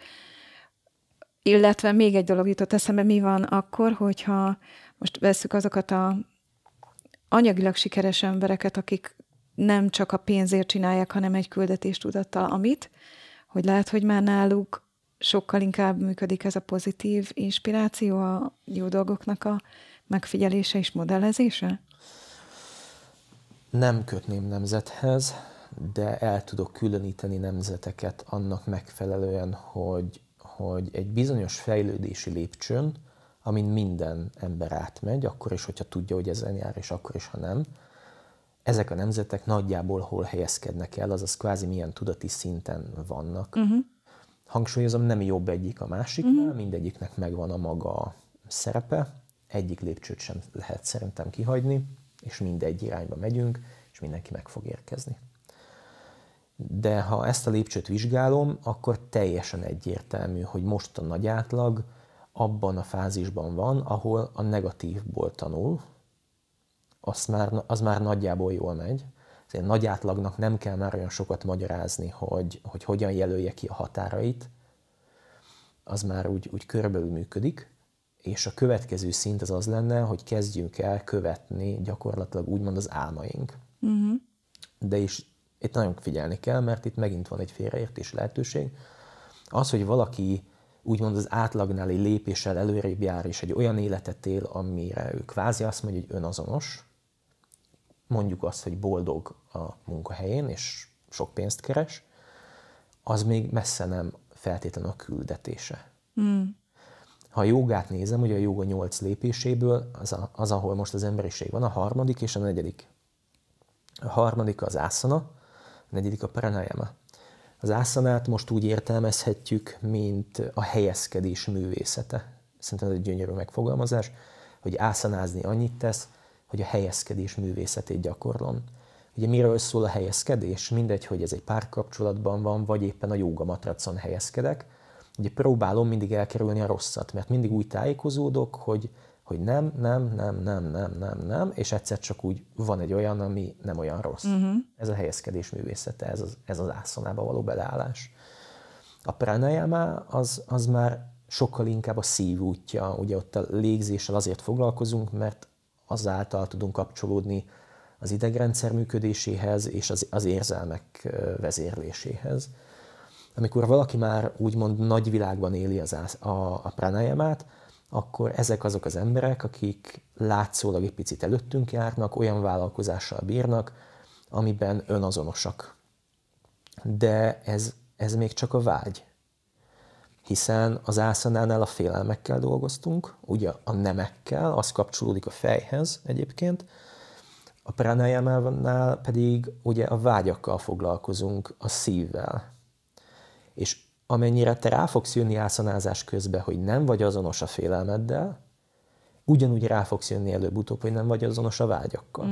illetve még egy dolog jutott eszembe, mi van akkor, hogyha most vesszük azokat a anyagilag sikeres embereket, akik nem csak a pénzért csinálják, hanem egy küldetéstudattal, hogy lehet, hogy már náluk sokkal inkább működik ez a pozitív inspiráció, a jó dolgoknak a megfigyelése és modellezése? Nem kötném nemzethez, de el tudok különíteni nemzeteket annak megfelelően, hogy egy bizonyos fejlődési lépcsőn, amin minden ember átmegy, akkor is, hogyha tudja, hogy ezen jár, és akkor is, ha nem, ezek a nemzetek nagyjából hol helyezkednek el, azaz kvázi milyen tudati szinten vannak. Hangsúlyozom, nem jobb egyik a másiknál, mindegyiknek megvan a maga szerepe, egyik lépcsőt sem lehet szerintem kihagyni, és mindegy irányba megyünk, és mindenki meg fog érkezni. De ha ezt a lépcsőt vizsgálom, akkor teljesen egyértelmű, hogy most a nagy átlag abban a fázisban van, ahol a negatívból tanul, az már nagyjából jól megy. Ezért nagy átlagnak nem kell már olyan sokat magyarázni, hogy hogyan jelölje ki a határait. Az már úgy körülbelül működik. És a következő szint az lenne, hogy kezdjünk el követni gyakorlatilag úgymond az álmaink. De is itt nagyon figyelni kell, mert itt megint van egy félreértési lehetőség. Az, hogy valaki úgymond az átlagnál egy lépéssel előrébb jár, és egy olyan életet él, amire ő kvázi azt mondja, hogy önazonos, mondjuk azt, hogy boldog a munkahelyén, és sok pénzt keres, az még messze nem feltétlenül a küldetése. Ha a jogát nézem, ugye a joga 8 lépéséből, az, ahol most az emberiség van, a 3. és a 4. A 3. az asana, a 4. a pranayama. Az asanát most úgy értelmezhetjük, mint a helyezkedés művészete. Szerintem ez egy gyönyörű megfogalmazás, hogy asanázni annyit tesz, hogy a helyezkedés művészetét gyakorlom. Ugye miről szól a helyezkedés? Mindegy, hogy ez egy párkapcsolatban van, vagy éppen a jóga matracon helyezkedek. Ugye próbálom mindig elkerülni a rosszat, mert mindig úgy tájékozódok, hogy nem, és egyszer csak úgy van egy olyan, ami nem olyan rossz. Ez a helyezkedés művészete, ez az aszanába való beleállás. A pranayama az már sokkal inkább a szív útja, ugye ott a légzéssel azért foglalkozunk, mert azáltal tudunk kapcsolódni az idegrendszer működéséhez és az érzelmek vezérléséhez. Amikor valaki már úgymond nagy világban éli a pranayamát, akkor ezek azok az emberek, akik látszólag egy picit előttünk járnak, olyan vállalkozással bírnak, amiben önazonosak. De ez még csak a vágy. Hiszen az ászanánál a félelmekkel dolgoztunk, ugye a nemekkel, az kapcsolódik a fejhez egyébként, a pranayamánál pedig ugye a vágyakkal foglalkozunk, a szívvel. És amennyire te rá fogsz jönni ászanázás közben, hogy nem vagy azonos a félelmeddel, ugyanúgy rá fogsz jönni előbb-utóbb, hogy nem vagy azonos a vágyakkal.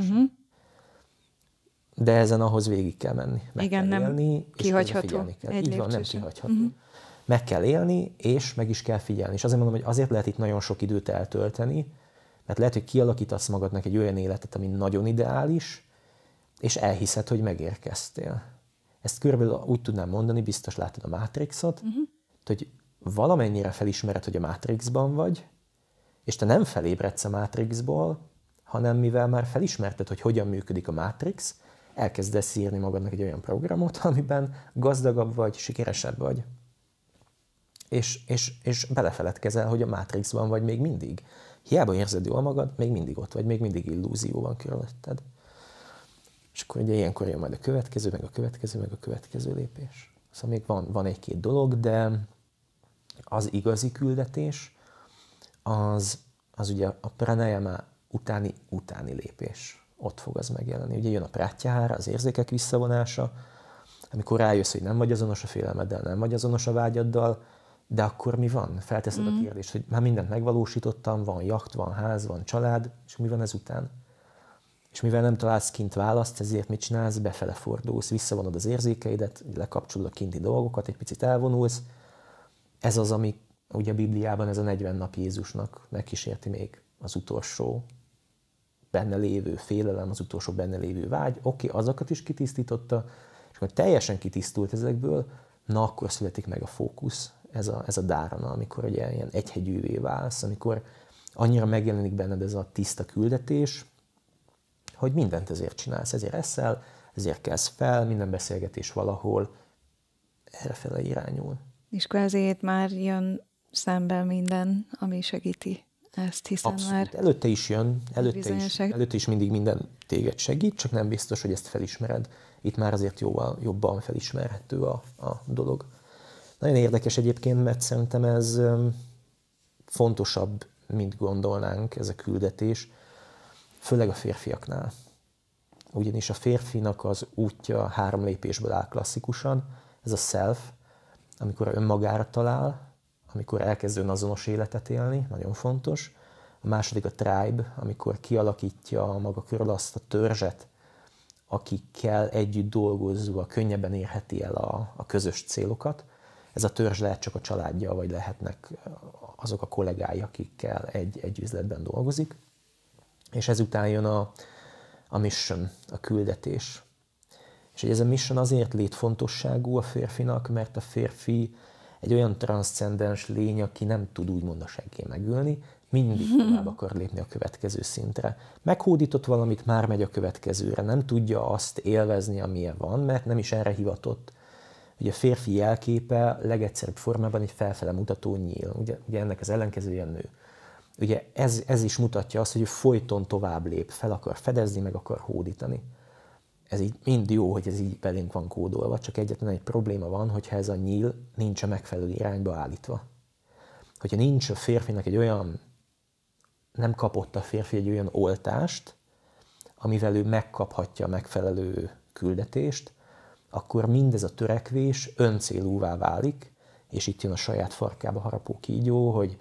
De ezen ahhoz végig kell menni. Meg igen, kell élni, nem kihagyható. Kell. Így van, nem kihagyható. Meg kell élni, és meg is kell figyelni. És azért mondom, hogy azért lehet itt nagyon sok időt eltölteni, mert lehet, hogy kialakítasz magadnak egy olyan életet, ami nagyon ideális, és elhiszed, hogy megérkeztél. Ezt körülbelül úgy tudnám mondani, biztos látod a Matrixot, hogy valamennyire felismered, hogy a Matrixban vagy, és te nem felébredsz a Matrixból, hanem mivel már felismerted, hogy hogyan működik a Matrix, elkezdesz írni magadnak egy olyan programot, amiben gazdagabb vagy, sikeresebb vagy. És belefeledkezel, hogy a Matrixban vagy még mindig. Hiába érzed jól magad, még mindig ott vagy, még mindig illúzió van körülötted. És akkor ugye ilyenkor jön majd a következő, meg a következő, meg a következő lépés. Szóval még van egy-két dolog, de az igazi küldetés, az ugye a pranayama utáni lépés. Ott fog az megjelenni. Ugye jön a pratyahara, az érzékek visszavonása, amikor rájössz, hogy nem vagy azonos a félelmeddel, nem vagy azonos a vágyaddal, de akkor mi van? Felteszed a kérdést, hogy már mindent megvalósítottam, van jacht, van ház, van család, és mi van ezután? És mivel nem találsz kint választ, ezért mit csinálsz? Befele fordulsz, visszavonod az érzékeidet, lekapcsolod a kinti dolgokat, egy picit elvonulsz. Ez az, ami ugye a Bibliában ez a 40 nap Jézusnak megkísérti még az utolsó benne lévő félelem, az utolsó benne lévő vágy. Oké, azokat is kitisztította, és akkor teljesen kitisztult ezekből, na akkor születik meg a fókusz, ez a dárana, amikor ugye ilyen egyhegyűvé válsz, amikor annyira megjelenik benned ez a tiszta küldetés, hogy mindent ezért csinálsz, ezért eszel, ezért kelsz fel, minden beszélgetés valahol errefele irányul. És akkor ezért már jön szembe minden, ami segíti ezt, hiszen abszolút. már... Előtte is jön, előtte is mindig minden téged segít, csak nem biztos, hogy ezt felismered. Itt már azért jobban felismerhető a dolog. Nagyon érdekes egyébként, mert szerintem ez fontosabb, mint gondolnánk, ez a küldetés, főleg a férfiaknál. Ugyanis a férfinak az útja 3 lépésből áll klasszikusan, ez a self, amikor önmagára talál, amikor elkezd önazonos életet élni, nagyon fontos. A második a tribe, amikor kialakítja maga körül azt a törzset, akikkel együtt dolgozva könnyebben érheti el a közös célokat. Ez a törzs lehet csak a családja, vagy lehetnek azok a kollégái, akikkel egy üzletben dolgozik. És ezután jön a mission, a küldetés. És hogy ez a mission azért létfontosságú a férfinak, mert a férfi egy olyan transzcendens lény, aki nem tud úgymond a seggén megülni, mindig tovább akar lépni a következő szintre. Meghódított valamit, már megy a következőre, nem tudja azt élvezni, amilyen van, mert nem is erre hivatott. Ugye a férfi jelképe legegyszerűbb formában egy felfele mutató nyíl. Ugye ennek az ellenkezője a nő. Ugye ez is mutatja azt, hogy ő folyton tovább lép, fel akar fedezni, meg akar hódítani. Ez így mind jó, hogy ez így belénk van kódolva, csak egyetlen egy probléma van, hogyha ez a nyíl nincs a megfelelő irányba állítva. Hogyha nincs a férfinak egy olyan, nem kapott a férfi egy olyan oltást, amivel ő megkaphatja a megfelelő küldetést, akkor mindez a törekvés öncélúvá válik, és itt jön a saját farkába harapó kígyó, hogy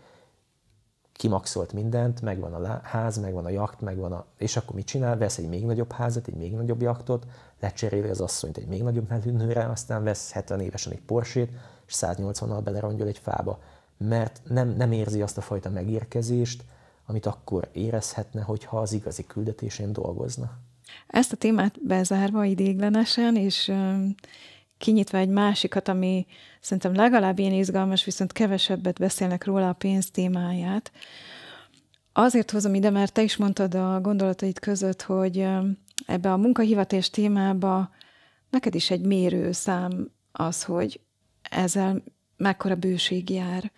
kimaxolt mindent, megvan a ház, megvan a jacht, és akkor mit csinál? Vesz egy még nagyobb házat, egy még nagyobb jachtot, lecseréli az asszonyt egy még nagyobb melűnőre, aztán vesz 70 évesen egy Porsét, és 180-nal belerongyol egy fába. Mert nem érzi azt a fajta megérkezést, amit akkor érezhetne, hogyha az igazi küldetésén dolgozna. Ezt a témát bezárva ideiglenesen, és kinyitva egy másikat, ami szerintem legalább ilyen izgalmas, viszont kevesebbet beszélnek róla, a pénz témáját. Azért hozom ide, mert te is mondtad a gondolataid között, hogy ebbe a munkahivatás témába neked is egy mérőszám az, hogy ezzel mekkora bőség jár.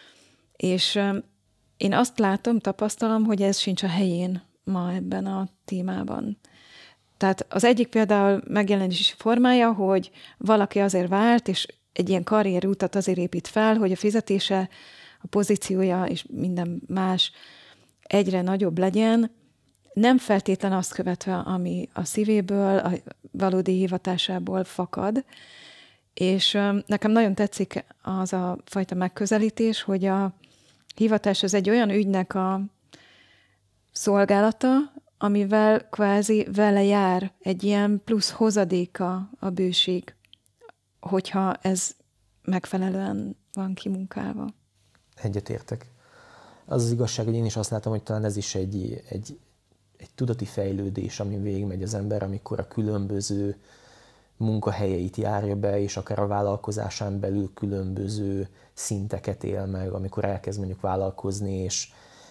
És én azt látom, tapasztalom, hogy ez sincs a helyén ma ebben a témában. Tehát az egyik például megjelenési formája, hogy valaki azért vált, és egy ilyen karrierútat azért épít fel, hogy a fizetése, a pozíciója és minden más egyre nagyobb legyen, nem feltétlen azt követve, ami a szívéből, a valódi hivatásából fakad, És nekem nagyon tetszik az a fajta megközelítés, hogy a hivatás az egy olyan ügynek a szolgálata, amivel kvázi vele jár egy ilyen plusz hozadéka a bőség, hogyha ez megfelelően van kimunkálva. Egyetértek. Az igazság, hogy én is azt látom, hogy talán ez is egy tudati fejlődés, ami végigmegy az ember, amikor a különböző munkahelyeit járja be, és akár a vállalkozásán belül különböző szinteket él meg, amikor elkezd mondjuk vállalkozni, és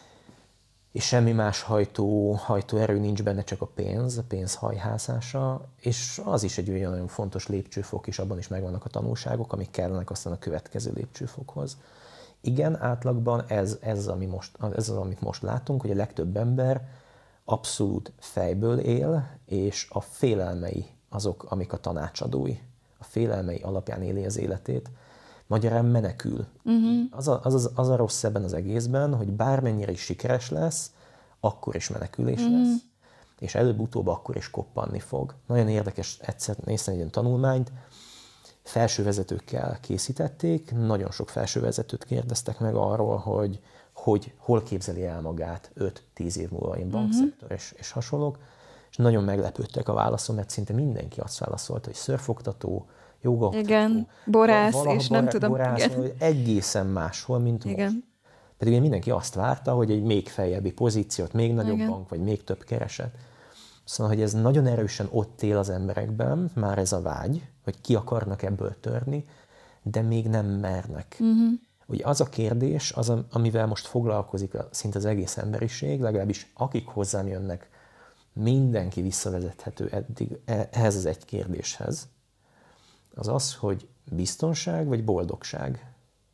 semmi más hajtóerő nincs benne, csak a pénz hajhászása, és az is egy olyan nagyon fontos lépcsőfok, és abban is megvannak a tanulságok, amik kellenek aztán a következő lépcsőfokhoz. Igen, átlagban ez az, amit most látunk, hogy a legtöbb ember abszolút fejből él, és a félelmei azok, amik a tanácsadói. A félelmei alapján éli az életét. Magyarán menekül. Az a rossz ebben az egészben, hogy bármennyire is sikeres lesz, akkor is menekülés lesz, és előbb-utóbb akkor is koppanni fog. Nagyon érdekes, egyszer néztem egy ilyen tanulmányt, felsővezetőkkel készítették, nagyon sok felsővezetőt kérdeztek meg arról, hogy hol képzeli el magát 5-10 év múlva, én bankszektor és hasonlók, és nagyon meglepődtek a válaszon, mert szinte mindenki azt válaszolta, hogy szörfoktató, jogaoktató, igen, borász, és nem tudom. Borász, hogy egészen máshol, mint igen. most. Pedig mindenki azt várta, hogy egy még feljebbi pozíciót, még nagyobb bank, vagy még több kereset. Szóval, hogy ez nagyon erősen ott él az emberekben, már ez a vágy, hogy ki akarnak ebből törni, de még nem mernek. Ugye az a kérdés, amivel most foglalkozik szinte az egész emberiség, legalábbis akik hozzám jönnek, mindenki visszavezethető eddig ehhez az egy kérdéshez, az az, hogy biztonság vagy boldogság?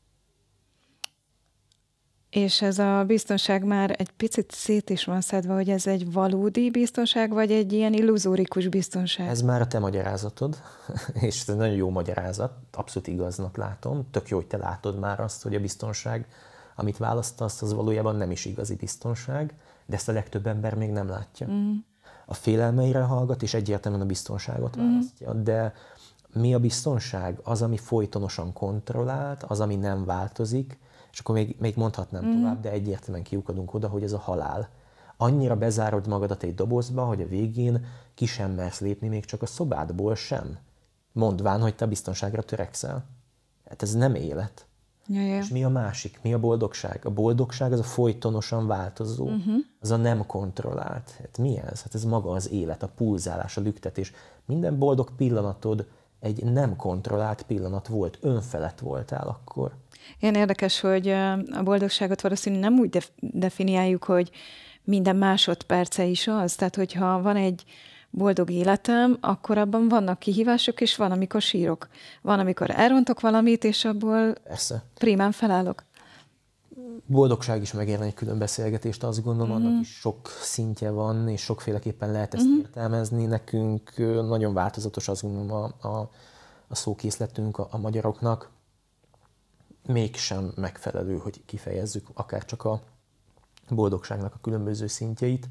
És ez a biztonság már egy picit szét is van szedve, hogy ez egy valódi biztonság, vagy egy ilyen illuzórikus biztonság? Ez már a te magyarázatod, és ez egy nagyon jó magyarázat, abszolút igaznak látom. Tök jó, hogy te látod már azt, hogy a biztonság, amit választasz, az valójában nem is igazi biztonság, de ezt a legtöbb ember még nem látja. A félelmeire hallgat, és egyértelműen a biztonságot választja, de mi a biztonság? Az, ami folytonosan kontrollált, az, ami nem változik, és akkor még mondhatnám tovább, de egyértelműen kiukadunk oda, hogy ez a halál. Annyira bezárod magadat egy dobozba, hogy a végén ki sem mersz lépni, még csak a szobádból sem. Mondván, hogy te a biztonságra törekszel. Hát ez nem élet. Ja. És mi a másik? Mi a boldogság? A boldogság az a folytonosan változó, az a nem kontrollált. Hát mi ez? Hát ez maga az élet, a pulzálás, a lüktetés. Minden boldog pillanatod egy nem kontrollált pillanat volt, önfelett voltál akkor. Ilyen érdekes, hogy a boldogságot valószínűleg nem úgy definiáljuk, hogy minden másodperce is az. Tehát, hogyha van egy boldog életem, akkor abban vannak kihívások, és van, amikor sírok. Van, amikor elrontok valamit, és abból Persze. Primán felállok. Boldogság is megérne egy külön beszélgetést, azt gondolom, annak is sok szintje van, és sokféleképpen lehet ezt értelmezni. Nekünk nagyon változatos, azt gondolom, a szókészletünk a magyaroknak. Mégsem megfelelő, hogy kifejezzük akár csak a boldogságnak a különböző szintjeit.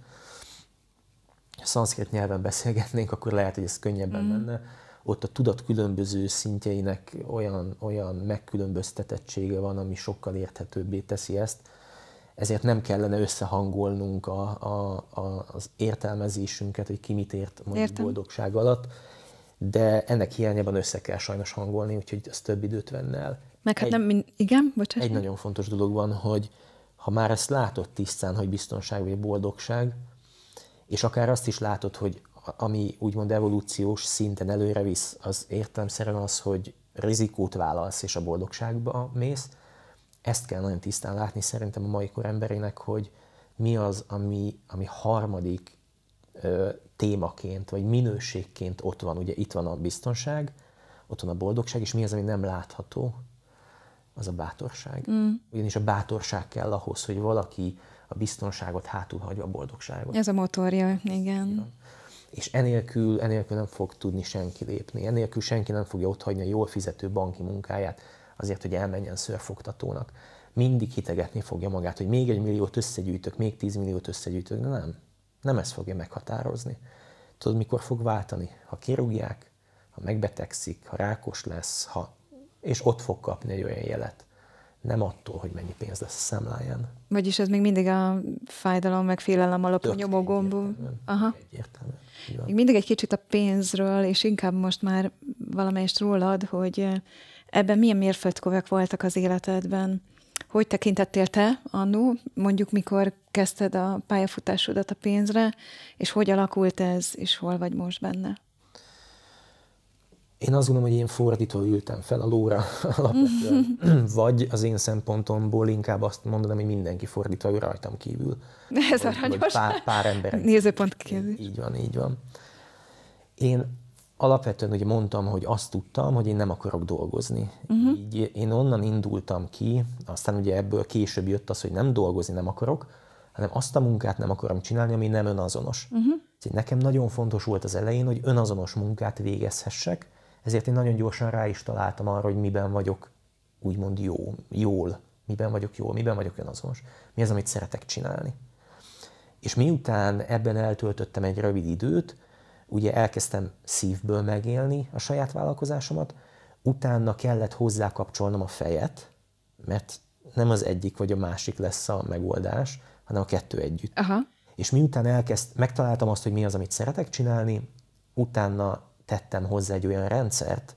Ha szanszkrit nyelven beszélgetnénk, akkor lehet, hogy ez könnyebben menne. Ott a tudat különböző szintjeinek olyan megkülönböztetettsége van, ami sokkal érthetőbbé teszi ezt. Ezért nem kellene összehangolnunk az értelmezésünket, hogy ki mit ért mondjuk boldogság alatt, de ennek hiányában össze kell sajnos hangolni, úgyhogy az több időt venne el. Meg hát igen, bocsánat. Egy nagyon fontos dolog van, hogy ha már ezt látod tisztán, hogy biztonság vagy boldogság, és akár azt is látod, hogy ami úgymond evolúciós szinten előre visz, az értelemszerűen az, hogy rizikót vállalsz és a boldogságba mész. Ezt kell nagyon tisztán látni szerintem a mai kor emberének, hogy mi az, ami harmadik témaként, vagy minőségként ott van. Ugye itt van a biztonság, ott van a boldogság, és mi az, ami nem látható? Az a bátorság. Ugyanis a bátorság kell ahhoz, hogy valaki a biztonságot hátul hagyja a boldogságot. Ez a motorja, igen. És enélkül nem fog tudni senki lépni. Enélkül senki nem fogja otthagyni a jól fizető banki munkáját azért, hogy elmenjen szörfoktatónak. Mindig hitegetni fogja magát, hogy még 1 milliót összegyűjtök, még 10 milliót összegyűjtök, de nem. Nem ez fogja meghatározni. Tudod, mikor fog váltani? Ha kirúgják, ha megbetegszik, ha rákos lesz, és ott fog kapni egy olyan jelet. Nem attól, hogy mennyi pénz lesz a számláján. Vagyis ez még mindig a fájdalom, meg félelem alapú nyomógombó. Aha. Egyértelműen. Még mindig egy kicsit a pénzről, és inkább most már valamelyest rólad, hogy ebben milyen mérföldkövek voltak az életedben. Hogy tekintettél te annó, mondjuk mikor kezdted a pályafutásodat a pénzre, és hogy alakult ez, és hol vagy most benne? Én azt gondolom, hogy én fordítva ültem fel a lóra alapvetően. Vagy az én szempontomból inkább azt mondanám, hogy mindenki fordítva ül rajtam kívül. Ez aranyos. Pár ember. Nézőpont kérdés. Így van. Én alapvetően ugye mondtam, hogy azt tudtam, hogy én nem akarok dolgozni. Így én onnan indultam ki, aztán ugye ebből később jött az, hogy nem dolgozni nem akarok, hanem azt a munkát nem akarom csinálni, ami nem önazonos. Nekem nagyon fontos volt az elején, hogy önazonos munkát végezhessek, ezért én nagyon gyorsan rá is találtam arra, hogy miben vagyok úgymond jól, miben vagyok önazonos, mi az, amit szeretek csinálni. És miután ebben eltöltöttem egy rövid időt, ugye elkezdtem szívből megélni a saját vállalkozásomat, utána kellett hozzá kapcsolnom a fejet, mert nem az egyik vagy a másik lesz a megoldás, hanem a kettő együtt. Aha. És miután megtaláltam azt, hogy mi az, amit szeretek csinálni, utána tettem hozzá egy olyan rendszert,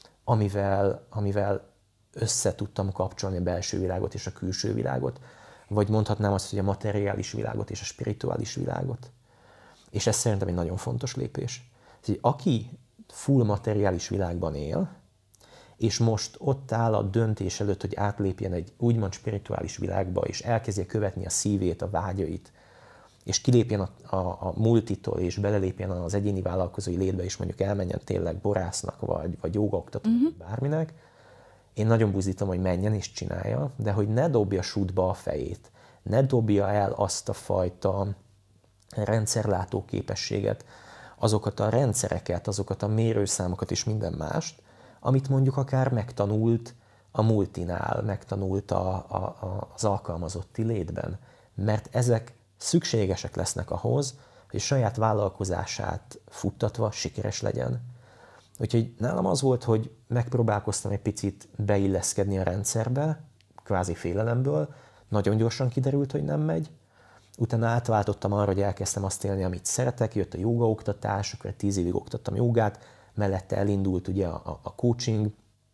amivel össze tudtam kapcsolni a belső világot és a külső világot, vagy mondhatnám azt, hogy a materiális világot és a spirituális világot. És ez szerintem egy nagyon fontos lépés. Aki full materiális világban él, és most ott áll a döntés előtt, hogy átlépjen egy úgymond spirituális világba, és elkezdje követni a szívét, a vágyait, és kilépjen a multitól, és belelépjen az egyéni vállalkozói létbe, és mondjuk elmenjen tényleg borásznak, vagy jógaoktatónak, vagy bárminek, én nagyon buzdítom, hogy menjen és csinálja, de hogy ne dobja sútba a fejét, ne dobja el azt a fajta rendszerlátó képességet, azokat a rendszereket, azokat a mérőszámokat és minden mást, amit mondjuk akár megtanult a multinál, megtanult az alkalmazotti létben. Mert ezek szükségesek lesznek ahhoz, hogy saját vállalkozását futtatva sikeres legyen. Úgyhogy nálam az volt, hogy megpróbálkoztam egy picit beilleszkedni a rendszerbe, kvázi félelemből, nagyon gyorsan kiderült, hogy nem megy. Utána átváltottam arra, hogy elkezdtem azt élni, amit szeretek, jött a jógaoktatás, akkor 10 évig oktattam jogát, mellette elindult ugye a coaching,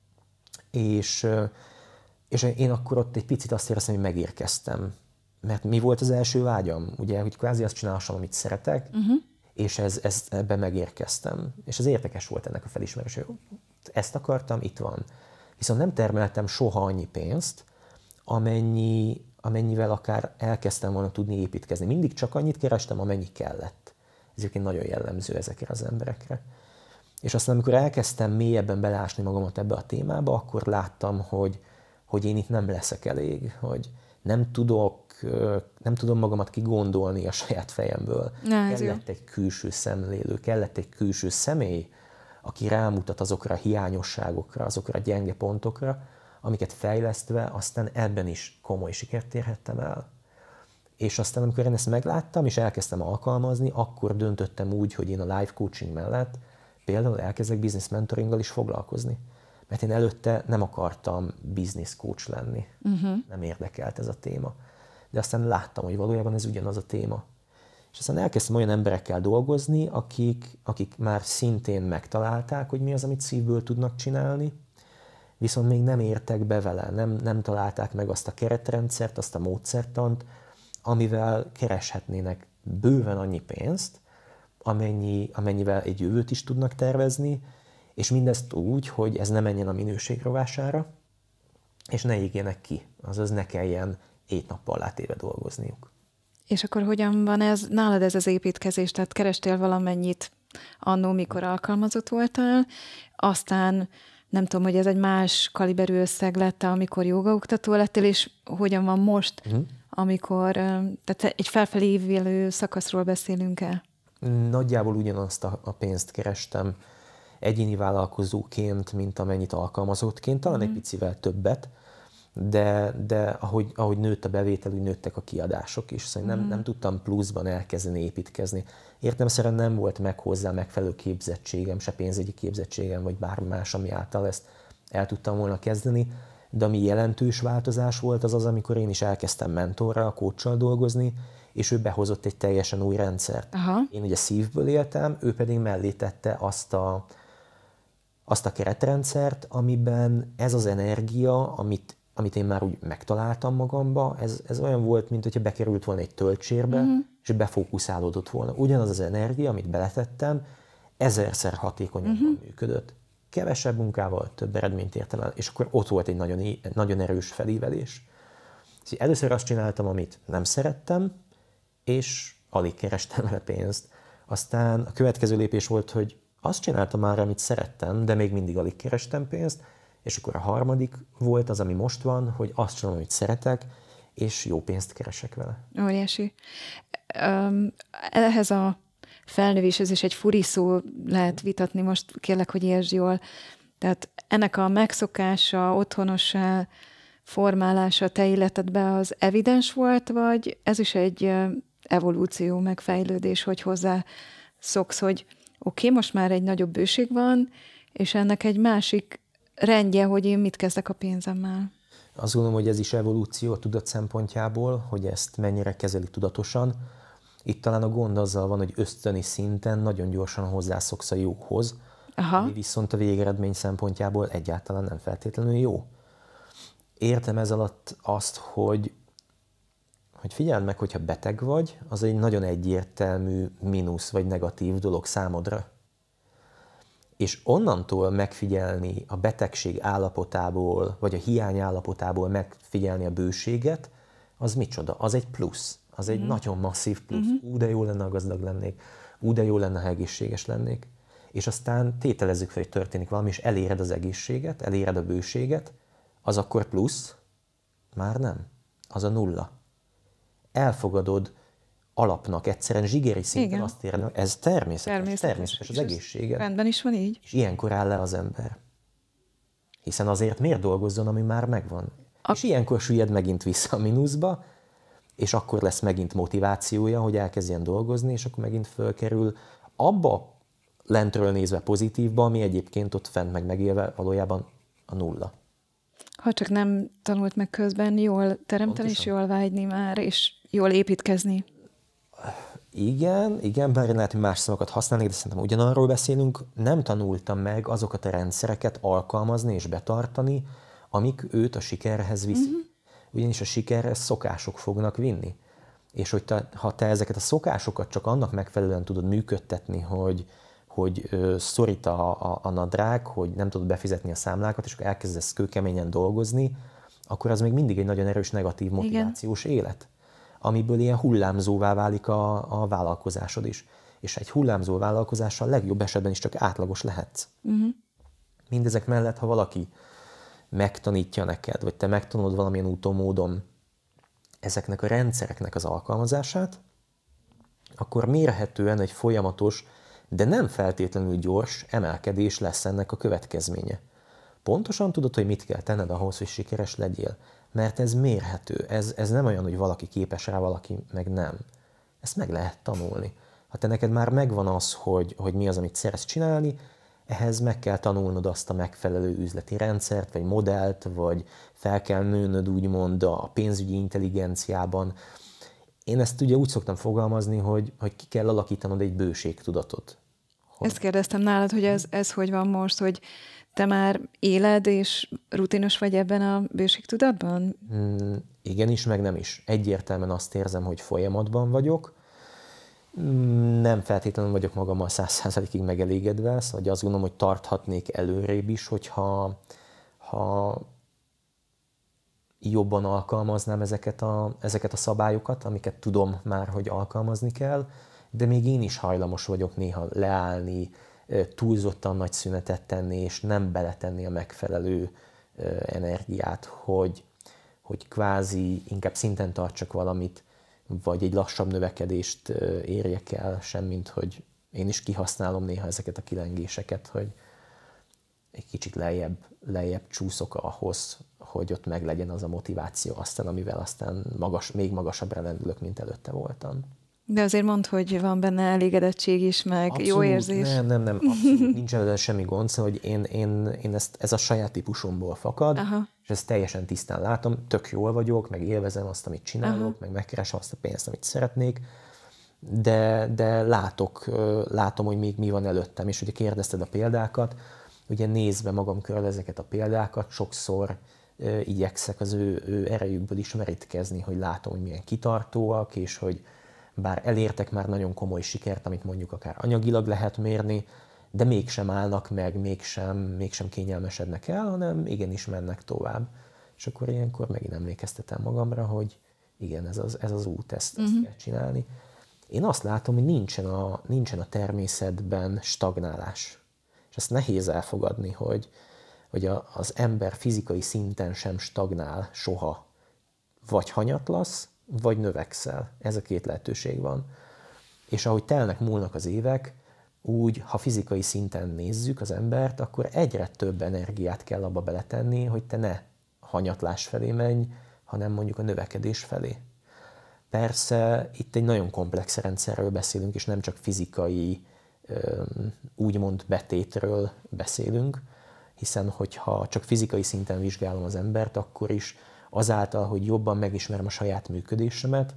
és én akkor ott egy picit azt éreztem, hogy megérkeztem. Mert mi volt az első vágyam? Ugye, hogy kvázi azt csinálhassam, amit szeretek, és ebben megérkeztem. És ez érdekes volt ennek a felismerés, hogy ezt akartam, itt van. Viszont nem termeltem soha annyi pénzt, amennyivel akár elkezdtem volna tudni építkezni. Mindig csak annyit kerestem, amennyi kellett. Ez egyébként nagyon jellemző ezekre az emberekre. És aztán, amikor elkezdtem mélyebben belásni magamat ebbe a témába, akkor láttam, hogy én itt nem leszek elég, hogy nem tudom magamat kigondolni a saját fejemből. Kellett egy külső szemlélő, kellett egy külső személy, aki rámutat azokra a hiányosságokra, azokra a gyenge pontokra, amiket fejlesztve, aztán ebben is komoly sikert érhettem el. És aztán, amikor én ezt megláttam, és elkezdtem alkalmazni, akkor döntöttem úgy, hogy én a life coaching mellett például elkezdek business mentoringgal is foglalkozni. Mert én előtte nem akartam business coach lenni. Nem érdekelt ez a téma. De aztán láttam, hogy valójában ez ugyanaz a téma. És aztán elkezdtem olyan emberekkel dolgozni, akik már szintén megtalálták, hogy mi az, amit szívből tudnak csinálni, viszont még nem értek be vele, nem találták meg azt a keretrendszert, azt a módszertant, amivel kereshetnének bőven annyi pénzt, amennyivel egy jövőt is tudnak tervezni, és mindezt úgy, hogy ez ne menjen a minőség rovására, és ne égjenek ki, azaz ne kelljen 7 nappal látéve dolgozniuk. És akkor hogyan van ez, nálad ez az építkezés? Tehát kerestél valamennyit annó, mikor alkalmazott voltál, aztán nem tudom, hogy ez egy más kaliberű összeg lett, amikor jógaoktató lettél, és hogyan van most, amikor, tehát egy felfelé ívelő szakaszról beszélünk el? Nagyjából ugyanazt a pénzt kerestem egyéni vállalkozóként, mint amennyit alkalmazottként, talán egy picivel többet, de ahogy nőtt a bevétel, úgy nőttek a kiadások is. Szóval nem tudtam pluszban elkezdeni építkezni. Értelemszerűen nem volt meg hozzá megfelelő képzettségem, se pénzügyi képzettségem, vagy bármi más, ami által ezt el tudtam volna kezdeni. De ami jelentős változás volt, az az, amikor én is elkezdtem mentorral, coachsal dolgozni, és ő behozott egy teljesen új rendszert. Aha. Én ugye szívből éltem, ő pedig mellé tette azt a keretrendszert, amiben ez az energia, amit én már úgy megtaláltam magamba, ez olyan volt, mint hogyha bekerült volna egy töltsérbe, és befókuszálódott volna. Ugyanaz az energia, amit beletettem, 1000-szer hatékonyabban működött. Kevesebb munkával több eredményt értem el, és akkor ott volt egy nagyon, nagyon erős felívelés. Először azt csináltam, amit nem szerettem, és alig kerestem vele pénzt. Aztán a következő lépés volt, hogy azt csináltam már, amit szerettem, de még mindig alig kerestem pénzt, és akkor a harmadik volt az, ami most van, hogy azt csinálom, amit szeretek, és jó pénzt keresek vele. Óriási. Ehhez a felnövéshez is egy furi szó lehet vitatni, most kérlek, hogy értsd jól. Tehát ennek a megszokása, otthonossá formálása te életedben az evidens volt, vagy ez is egy evolúció, megfejlődés, hogy hozzá szoksz, hogy oké, most már egy nagyobb bőség van, és ennek egy másik rendje, hogy én mit kezdek a pénzemmel. Azt gondolom, hogy ez is evolúció a tudat szempontjából, hogy ezt mennyire kezeli tudatosan. Itt talán a gond azzal van, hogy ösztöni szinten nagyon gyorsan hozzászoksz a jóhoz, ami viszont a végeredmény szempontjából egyáltalán nem feltétlenül jó. Értem ez alatt azt, hogy figyeld meg, hogyha beteg vagy, az egy nagyon egyértelmű mínusz vagy negatív dolog számodra. És onnantól megfigyelni a betegség állapotából, vagy a hiány állapotából megfigyelni a bőséget, az micsoda? Az egy plusz. Az egy nagyon masszív plusz. De jó lenne, ha gazdag lennék. De jó lenne, ha egészséges lennék. És aztán tételezzük fel, hogy történik valami, és eléred az egészséget, eléred a bőséget, az akkor plusz? Már nem. Az a nulla. Elfogadod alapnak, egyszerűen zsigeri szinten azt érni, ez természetes az egészséget. Rendben is van így. És ilyenkor áll le az ember. Hiszen azért miért dolgozzon, ami már megvan? És ilyenkor süllyed megint vissza a mínuszba, és akkor lesz megint motivációja, hogy elkezdjen dolgozni, és akkor megint fölkerül abba lentről nézve pozitívba, ami egyébként ott fent megélve valójában a nulla. Ha csak nem tanult meg közben jól teremteni, és jól vágyni már, és jól építkezni. Igen, bár lehet, hogy más szavakat használnék, de szerintem ugyanarról beszélünk. Nem tanultam meg azokat a rendszereket alkalmazni és betartani, amik őt a sikerhez viszik. Ugyanis a sikerhez szokások fognak vinni. És hogy ha te ezeket a szokásokat csak annak megfelelően tudod működtetni, hogy szorít a nadrág, hogy nem tudod befizetni a számlákat, és akkor elkezdesz kőkeményen dolgozni, akkor az még mindig egy nagyon erős negatív motivációs élet, amiből ilyen hullámzóvá válik a vállalkozásod is. És egy hullámzó vállalkozással legjobb esetben is csak átlagos lehetsz. Mindezek mellett, ha valaki megtanítja neked, vagy te megtanulod valamilyen úton, módon ezeknek a rendszereknek az alkalmazását, akkor mérhetően egy folyamatos, de nem feltétlenül gyors emelkedés lesz ennek a következménye. Pontosan tudod, hogy mit kell tenned ahhoz, hogy sikeres legyél, mert ez mérhető. Ez nem olyan, hogy valaki képes rá, valaki meg nem. Ezt meg lehet tanulni. Ha te neked már megvan az, hogy mi az, amit szeretsz csinálni, ehhez meg kell tanulnod azt a megfelelő üzleti rendszert, vagy modellt, vagy fel kell nőnöd úgymond a pénzügyi intelligenciában. Én ezt ugye úgy szoktam fogalmazni, hogy ki kell alakítanod egy bőségtudatot. Ezt kérdeztem nálad, hogy ez hogy van most, hogy te már éled és rutinos vagy ebben a bőségtudatban? Igen is, meg nem is. Egyértelműen azt érzem, hogy folyamatban vagyok. Nem feltétlenül vagyok magammal 100%-ig megelégedve, szóval azt gondolom, hogy tarthatnék előrébb is, hogyha jobban alkalmaznám ezeket a szabályokat, amiket tudom már, hogy alkalmazni kell, de még én is hajlamos vagyok néha leállni, túlzottan nagy szünetet tenni, és nem beletenni a megfelelő energiát, hogy kvázi inkább szinten tartsak valamit, vagy egy lassabb növekedést érjek el, semmint hogy én is kihasználom néha ezeket a kilengéseket, hogy egy kicsit lejjebb csúszok ahhoz, hogy ott meglegyen az a motiváció aztán, amivel aztán még magasabbra lendülök, mint előtte voltam. De azért mondd, hogy van benne elégedettség is, meg abszolút, jó érzés. Nem, abszolút nincs ebben semmi gond, szóval, hogy én ez a saját típusomból fakad, és ezt teljesen tisztán látom, tök jól vagyok, meg élvezem azt, amit csinálok, meg megkeresem azt a pénzt, amit szeretnék, de látom, hogy még mi van előttem, és ugye kérdezted a példákat, ugye nézve magam körül ezeket a példákat, sokszor igyekszek az ő erejükből is merítkezni, hogy látom, hogy milyen kitartóak, és hogy bár elértek már nagyon komoly sikert, amit mondjuk akár anyagilag lehet mérni, de mégsem állnak meg, mégsem kényelmesednek el, hanem igenis mennek tovább. És akkor ilyenkor megint emlékeztetem magamra, hogy igen, ez az út, ezt kell csinálni. Én azt látom, hogy nincsen a természetben stagnálás. És ezt nehéz elfogadni, hogy az ember fizikai szinten sem stagnál soha. Vagy hanyatlasz, vagy növekszel. Ez a két lehetőség van. És ahogy múlnak az évek, úgy, ha fizikai szinten nézzük az embert, akkor egyre több energiát kell abba beletenni, hogy te ne hanyatlás felé menj, hanem mondjuk a növekedés felé. Persze itt egy nagyon komplex rendszerről beszélünk, és nem csak fizikai, úgymond betétről beszélünk, hiszen hogyha csak fizikai szinten vizsgálom az embert, akkor is azáltal, hogy jobban megismerem a saját működésemet,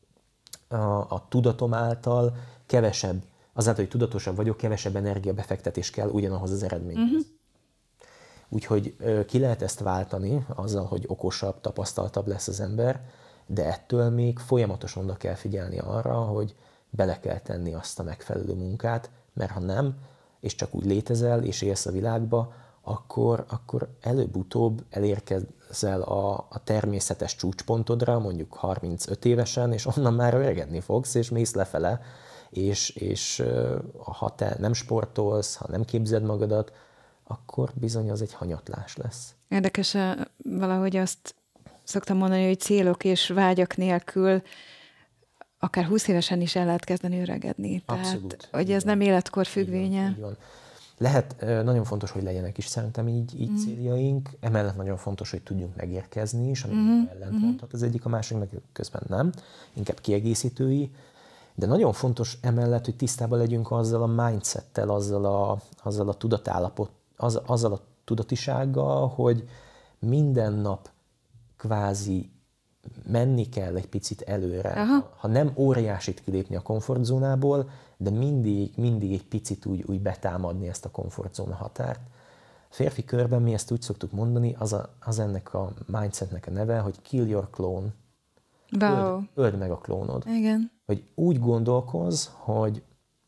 a tudatom által azáltal, hogy tudatosabb vagyok, kevesebb energiabefektetés kell ugyanahoz az eredményhez. Úgyhogy ki lehet ezt váltani azzal, hogy okosabb, tapasztaltabb lesz az ember, de ettől még folyamatosan oda kell figyelni arra, hogy bele kell tenni azt a megfelelő munkát, mert ha nem, és csak úgy létezel, és élsz a világba, akkor előbb-utóbb elérkezel a természetes csúcspontodra, mondjuk 35 évesen, és onnan már öregedni fogsz, és mész lefele, és ha te nem sportolsz, ha nem képzed magadat, akkor bizony az egy hanyatlás lesz. Érdekes, valahogy azt szoktam mondani, hogy célok és vágyak nélkül akár 20 évesen is el lehet kezdeni öregedni. Abszolút. Tehát, hogy ez nem életkor függvénye. Így van. Lehet, nagyon fontos, hogy legyenek is szerintem így céljaink. Emellett nagyon fontos, hogy tudjunk megérkezni is, ami ellentmondhat az egyik a másiknak, közben nem, inkább kiegészítői. De nagyon fontos emellett, hogy tisztában legyünk azzal a mindsettel, azzal a tudatállapot, azzal a tudatisággal, hogy minden nap kvázi menni kell egy picit előre. Ha nem óriásit kilépni a komfortzónából, de mindig egy picit úgy betámadni ezt a komfortzóna határt. A férfi körben mi ezt úgy szoktuk mondani, az ennek a mindsetnek a neve, hogy kill your clone. Wow. Öld meg a klónod. Igen. Hogy úgy gondolkozz, hogy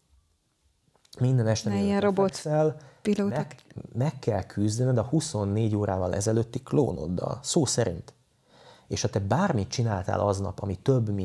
minden este meg kell küzdened a 24 órával ezelőtti klónoddal, szó szerint. És ha te bármit csináltál aznap, ami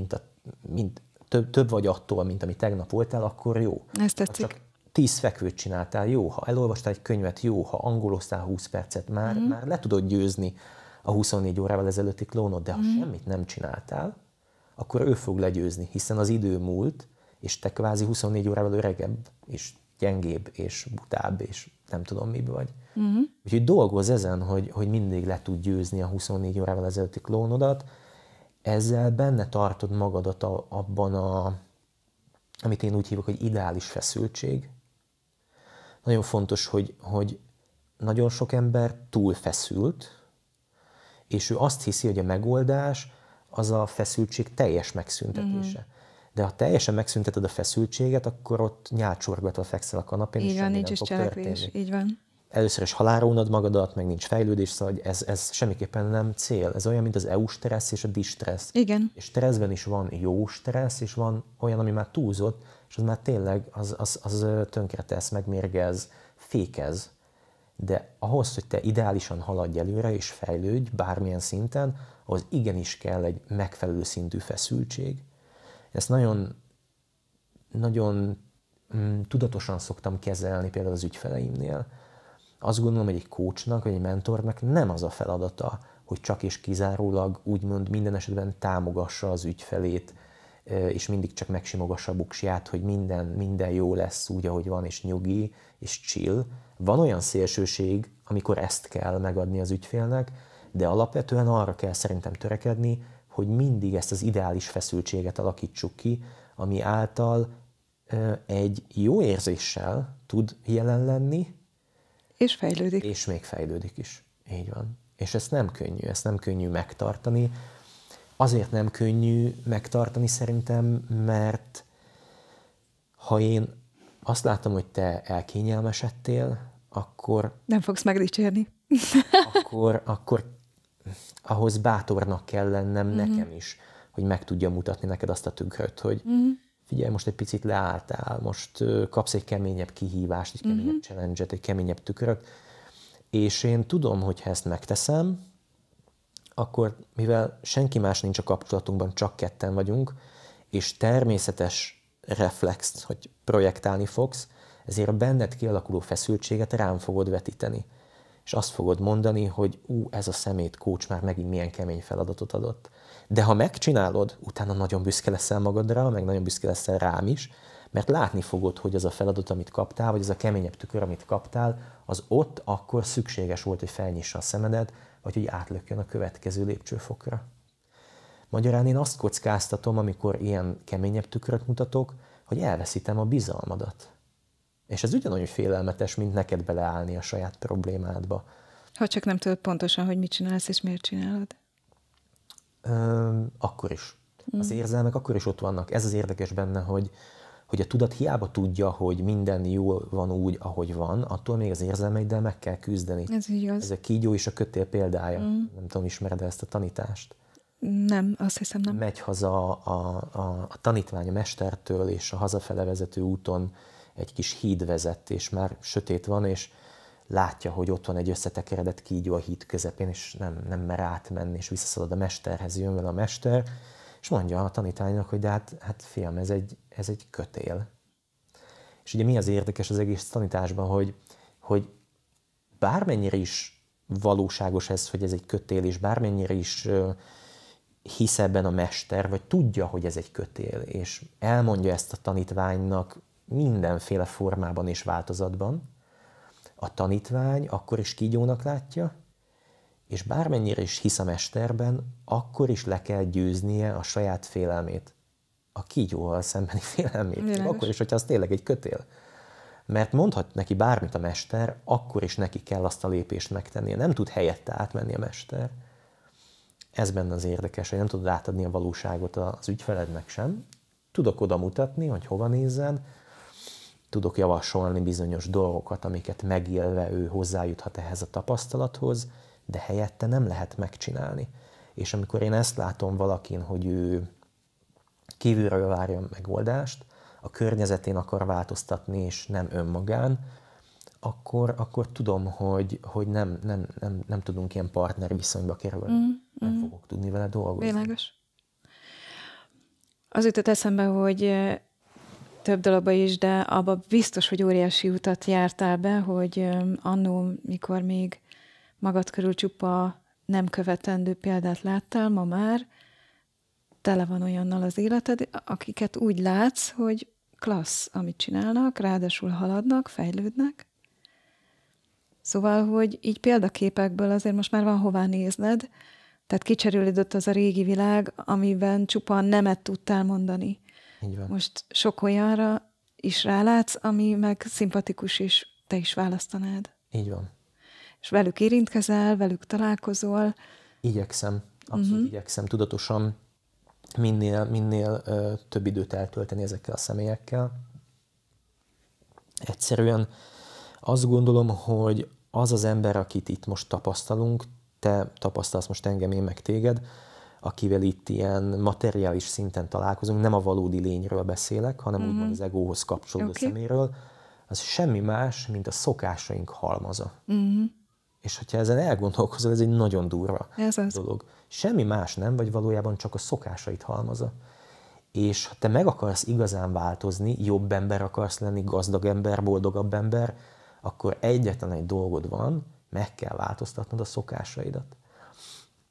több vagy attól, mint ami tegnap voltál, akkor jó. Ezt tetszik. Ha csak 10 fekvőt csináltál, jó. Ha elolvastál egy könyvet, jó. Ha angoloztál 20 percet, már le tudod győzni a 24 órával ezelőtti klónod, de ha semmit nem csináltál, akkor ő fog legyőzni, hiszen az idő múlt, és te kvázi 24 órával öregebb, és gyengébb, és butább, és nem tudom mi vagy. Úgyhogy dolgozz ezen, hogy mindig le tud győzni a 24 órával ezelőtti klónodat, ezzel benne tartod magadat abban amit én úgy hívok, hogy ideális feszültség. Nagyon fontos, hogy nagyon sok ember túl feszült, és ő azt hiszi, hogy a megoldás az a feszültség teljes megszüntetése. De ha teljesen megszünteted a feszültséget, akkor ott nyálcsorgatva fekszel a kanapén, és semmi nem fog történni. Így van. Először is halálrónod magadat, meg nincs fejlődés, szóval ez semmiképpen nem cél. Ez olyan, mint az EU-stressz és a dis-stressz. Igen. És stresszben is van jó stressz, és van olyan, ami már túlzott, és az már tényleg az tönkretesz, megmérgez, fékez. De ahhoz, hogy te ideálisan haladj előre és fejlődj bármilyen szinten, ahhoz igenis kell egy megfelelő szintű feszültség. Ezt nagyon, nagyon tudatosan szoktam kezelni például az ügyfeleimnél. Azt gondolom, hogy egy coachnak, vagy egy mentornak nem az a feladata, hogy csak és kizárólag úgymond minden esetben támogassa az ügyfelét, és mindig csak megsimogassa a buksját, hogy minden jó lesz úgy, ahogy van, és nyugi, és chill. Van olyan szélsőség, amikor ezt kell megadni az ügyfélnek, de alapvetően arra kell szerintem törekedni, hogy mindig ezt az ideális feszültséget alakítsuk ki, ami által egy jó érzéssel tud jelen lenni. És fejlődik. És még fejlődik is. Így van. És ezt nem könnyű megtartani. Azért nem könnyű megtartani szerintem, mert ha én azt látom, hogy te elkényelmesedtél, akkor... Nem fogsz megdicsérni. akkor ahhoz bátornak kell lennem nekem is, hogy meg tudja mutatni neked azt a tükröt, hogy figyelj, most egy picit leálltál, most kapsz egy keményebb kihívást, egy keményebb challenge-et, egy keményebb tükröt, és én tudom, hogy ha ezt megteszem, akkor mivel senki más nincs a kapcsolatunkban, csak ketten vagyunk, és természetes reflex, hogy projektálni fogsz, ezért a benned kialakuló feszültséget rám fogod vetíteni. És azt fogod mondani, hogy ez a szemét coach már megint milyen kemény feladatot adott. De ha megcsinálod, utána nagyon büszke leszel magadra, meg nagyon büszke leszel rám is, mert látni fogod, hogy az a feladat, amit kaptál, vagy az a keményebb tükör, amit kaptál, az ott akkor szükséges volt, hogy felnyissa a szemedet, vagy hogy átlökjön a következő lépcsőfokra. Magyarán én azt kockáztatom, amikor ilyen keményebb tükröt mutatok, hogy elveszítem a bizalmadat. És ez ugyanolyan félelmetes, mint neked beleállni a saját problémádba. Ha csak nem tudod pontosan, hogy mit csinálsz, és miért csinálod. Akkor is. Az érzelmek akkor is ott vannak. Ez az érdekes benne, hogy a tudat hiába tudja, hogy minden jól van úgy, ahogy van, attól még az érzelmeiddel meg kell küzdeni. Ez igaz. Ez a kígyó és a kötél példája. Nem tudom, ismered ezt a tanítást? Nem, azt hiszem nem. Megy haza a tanítvány a mestertől, és a hazafele vezető úton egy kis híd vezet, és már sötét van, és látja, hogy ott van egy összetekeredett kígyó a híd közepén, és nem mer átmenni, és visszaszalad a mesterhez, jön vele a mester, és mondja a tanítványnak, hogy de hát fiam, ez egy kötél. És ugye mi az érdekes az egész tanításban, hogy bármennyire is valóságos ez, hogy ez egy kötél, és bármennyire is hisz ebben a mester, vagy tudja, hogy ez egy kötél, és elmondja ezt a tanítványnak mindenféle formában és változatban, a tanítvány akkor is kígyónak látja, és bármennyire is hisz a mesterben, akkor is le kell győznie a saját félelmét. A kígyóval szembeni félelmét. Akkor is, hogyha az tényleg egy kötél. Mert mondhat neki bármit a mester, akkor is neki kell azt a lépést megtennie. Nem tud helyette átmenni a mester. Ez benne az érdekes, hogy nem tudod átadni a valóságot az ügyfelednek sem. Tudok oda mutatni, hogy hova nézzen, tudok javasolni bizonyos dolgokat, amiket megélve ő hozzájuthat ehhez a tapasztalathoz, de helyette nem lehet megcsinálni. És amikor én ezt látom valakin, hogy ő kívülről várja a megoldást, a környezetén akar változtatni, és nem önmagán, akkor tudom, hogy nem tudunk ilyen partner viszonyba kerülni. Nem fogok tudni vele dolgozni. Világos. Az jutott eszembe, hogy több dologba is, de abba biztos, hogy óriási utat jártál be, hogy annó, mikor még magad körül csupa nem követendő példát láttál, ma már tele van olyannal az életed, akiket úgy látsz, hogy klassz, amit csinálnak, ráadásul haladnak, fejlődnek. Szóval, hogy így példaképekből azért most már van hová nézned, tehát kicserélődött az a régi világ, amiben csupán nemet tudtál mondani. Így van. Most sok olyanra is rálátsz, ami meg szimpatikus is, te is választanád. Így van. És velük érintkezel, velük találkozol. Igyekszem, abszolút igyekszem tudatosan minél több időt eltölteni ezekkel a személyekkel. Egyszerűen azt gondolom, hogy az az ember, akit itt most tapasztalunk, te tapasztalsz most engem, én meg téged, akivel itt ilyen materiális szinten találkozunk, nem a valódi lényről beszélek, hanem úgymond az egóhoz kapcsolódó szeméről, az semmi más, mint a szokásaink halmaza. És hogyha ezen elgondolkozol, ez egy nagyon durva dolog. Semmi más nem, vagy valójában csak a szokásait halmaza. És ha te meg akarsz igazán változni, jobb ember akarsz lenni, gazdag ember, boldogabb ember, akkor egyetlen egy dolgod van, meg kell változtatnod a szokásaidat.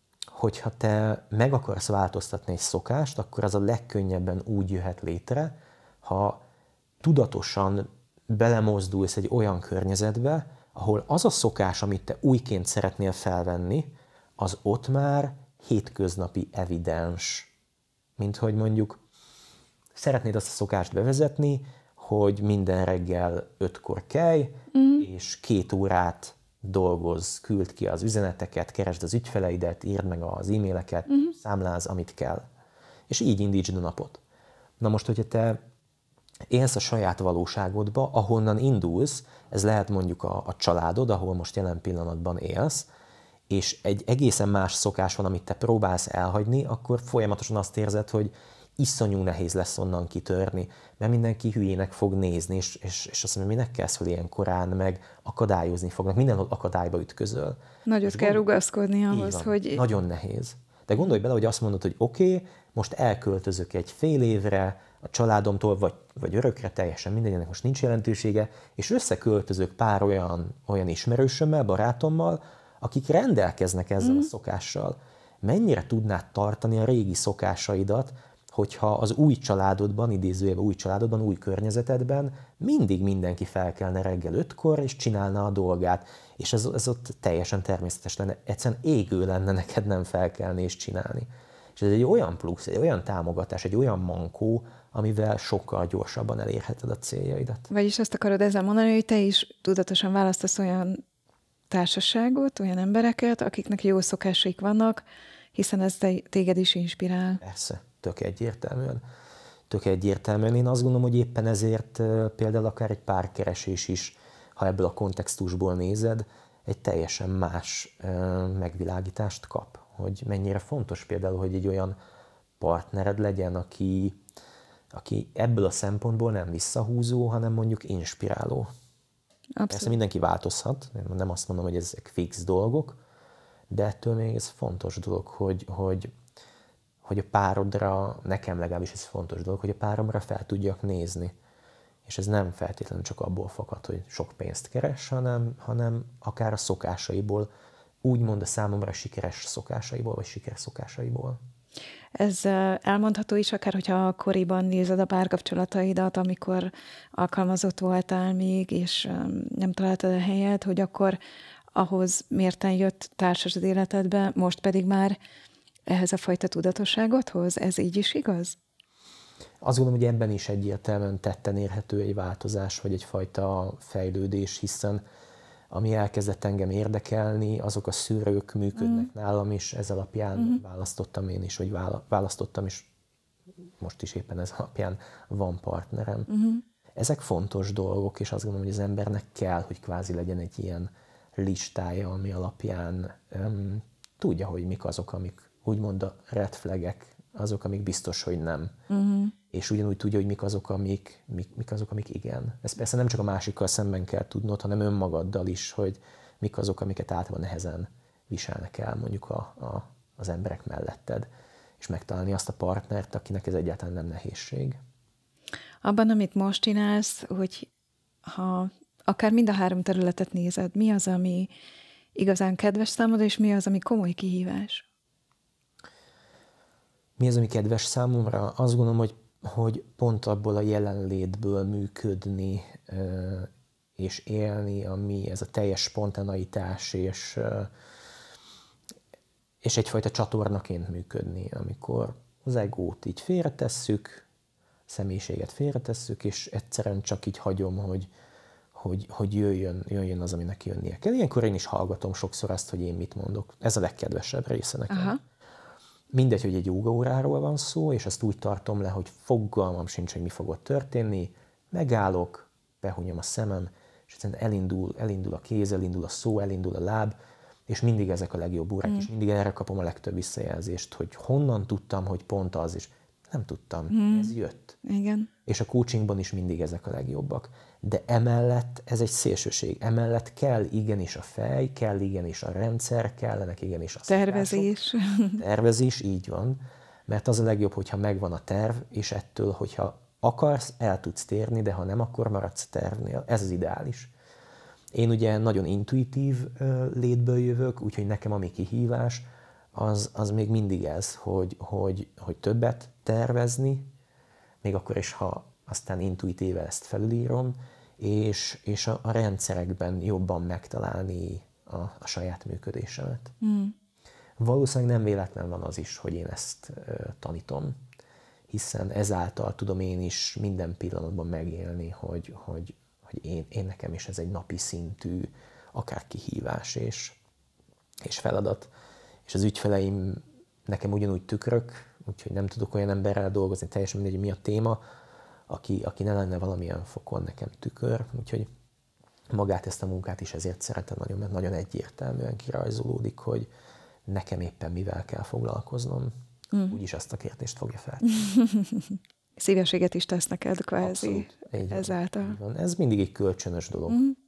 hogyha te meg akarsz változtatni egy szokást, akkor az a legkönnyebben úgy jöhet létre, ha tudatosan belemozdulsz egy olyan környezetbe, ahol az a szokás, amit te újként szeretnél felvenni, az ott már hétköznapi evidens. Mint hogy mondjuk szeretnéd azt a szokást bevezetni, hogy minden reggel 5-kor kelj, és 2 órát dolgozz, küld ki az üzeneteket, keresd az ügyfeleidet, írd meg az e-maileket, számlázz, amit kell. És így indítsd a napot. Na most, hogyha te élsz a saját valóságodba, ahonnan indulsz, ez lehet mondjuk a családod, ahol most jelen pillanatban élsz, és egy egészen más szokás van, amit te próbálsz elhagyni, akkor folyamatosan azt érzed, hogy iszonyú nehéz lesz onnan kitörni, mert mindenki hülyének fog nézni, és azt mondja, minek kezd fel ilyen korán, meg akadályozni fognak, mindenhol akadályba ütközöl. Nagyot kell rugaszkodni ahhoz, hogy... Nagyon nehéz. De gondolj bele, hogy azt mondod, hogy oké, most elköltözök egy fél évre a családomtól, vagy örökre, teljesen mindegy, ennek most nincs jelentősége, és összeköltözök pár olyan ismerősömmel, barátommal, akik rendelkeznek ezzel a szokással. Mennyire tudnád tartani a régi szokásaidat, hogyha az új családodban, idézőjelben új családodban, új környezetedben mindig mindenki felkelne reggel 5-kor, és csinálna a dolgát, és ez ott teljesen természetes lenne. Egyszerűen égő lenne neked nem felkelni és csinálni. És ez egy olyan plusz, egy olyan támogatás, egy olyan mankó, amivel sokkal gyorsabban elérheted a céljaidat. Vagyis azt akarod ezzel mondani, hogy te is tudatosan választasz olyan társaságot, olyan embereket, akiknek jó szokásaik vannak, hiszen ez téged is inspirál. Persze, tök egyértelműen. Én azt gondolom, hogy éppen ezért például akár egy párkeresés is, ha ebből a kontextusból nézed, egy teljesen más megvilágítást kap. Hogy mennyire fontos például, hogy egy olyan partnered legyen, aki ebből a szempontból nem visszahúzó, hanem mondjuk inspiráló. Abszolút. Persze mindenki változhat, nem azt mondom, hogy ezek fix dolgok, de ettől még ez fontos dolog, hogy a párodra, nekem legalábbis ez fontos dolog, hogy a páromra fel tudjak nézni. És ez nem feltétlenül csak abból fakad, hogy sok pénzt keres, hanem akár a szokásaiból, úgymond a számomra sikeres szokásaiból, vagy sikerszokásaiból. Ez elmondható is, akár hogyha akkoriban nézed a párkapcsolataidat, amikor alkalmazott voltál még, és nem találtad a helyet, hogy akkor ahhoz mérten jött társas az életedbe, most pedig már ehhez a fajta tudatosságot hoz? Ez így is igaz? Azt gondolom, hogy ebben is egyértelműen tetten érhető egy változás, vagy egyfajta fejlődés, hiszen ami elkezdett engem érdekelni, azok a szűrők működnek nálam is, ez alapján választottam én is, vagy választottam is, most is éppen ez alapján van partnerem. Ezek fontos dolgok, és azt gondolom, hogy az embernek kell, hogy kvázi legyen egy ilyen listája, ami alapján tudja, hogy mik azok, amik úgymond a red flagek, azok, amik biztos, hogy nem. És ugyanúgy tudja, hogy mik azok, amik igen. Ez persze nem csak a másikkal szemben kell tudnod, hanem önmagaddal is, hogy mik azok, amiket általában nehezen viselnek el mondjuk az emberek melletted, és megtalálni azt a partnert, akinek ez egyáltalán nem nehézség. Abban, amit most csinálsz, hogy ha akár mind a 3 területet nézed, mi az, ami igazán kedves számodra, és mi az, ami komoly kihívás? Mi az, ami kedves számomra? Azt gondolom, hogy pont abból a jelenlétből működni és élni, ami ez a teljes spontaneitás és egyfajta csatornaként működni, amikor az egót így félretesszük, személyiséget félretesszük, és egyszerűen csak így hagyom, hogy jöjjön az, aminek jönnie kell. Ilyenkor én is hallgatom sokszor azt, hogy én mit mondok. Ez a legkedvesebb része nekem. Aha. Mindegy, hogy egy jógaóráról van szó, és azt úgy tartom le, hogy fogalmam sincs, hogy mi fog ott történni. Megállok, behunyom a szemem, és egyszerűen elindul a kéz, elindul a szó, elindul a láb, és mindig ezek a legjobb órák, és mindig erre kapom a legtöbb visszajelzést, hogy honnan tudtam, hogy pont az is. Nem tudtam, ez jött. Igen. És a coachingban is mindig ezek a legjobbak. De emellett ez egy szélsőség. Emellett kell igenis a fej, kell igenis a rendszer, kellenek igenis a tervezés. Tervezés, így van. Mert az a legjobb, hogyha megvan a terv, és ettől, hogyha akarsz, el tudsz térni, de ha nem, akkor maradsz a tervnél. Ez az ideális. Én ugye nagyon intuitív létből jövök, úgyhogy nekem ami kihívás, az még mindig ez, hogy többet tervezni, még akkor is, ha aztán intuitíve ezt felülírom, és a rendszerekben jobban megtalálni a saját működésemet. Valószínűleg nem véletlen van az is, hogy én ezt tanítom, hiszen ezáltal tudom én is minden pillanatban megélni, hogy én nekem is ez egy napi szintű, akár kihívás és feladat. És az ügyfeleim nekem ugyanúgy tükrök, úgyhogy nem tudok olyan emberrel dolgozni, teljesen mindegy, mi a téma, aki ne lenne valamilyen fokon nekem tükör. Úgyhogy magát ezt a munkát is ezért szeretem nagyon, mert nagyon egyértelműen kirajzolódik, hogy nekem éppen mivel kell foglalkoznom. Úgyis azt a kérdést fogja fel. Szívességet is tesz neked kvázi ezáltal. Van. Ez mindig egy kölcsönös dolog.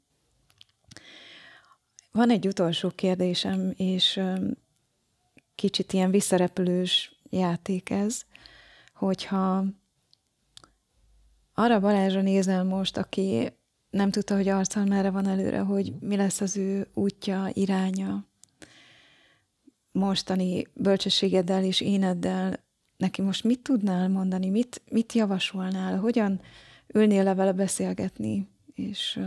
Van egy utolsó kérdésem, és kicsit ilyen visszarepülős játék ez, hogyha arra Balázsra nézel most, aki nem tudta, hogy arccal merre van előre, hogy mi lesz az ő útja, iránya, mostani bölcsességeddel és éneddel, neki most mit tudnál mondani, mit javasolnál, hogyan ülnél le vele beszélgetni, és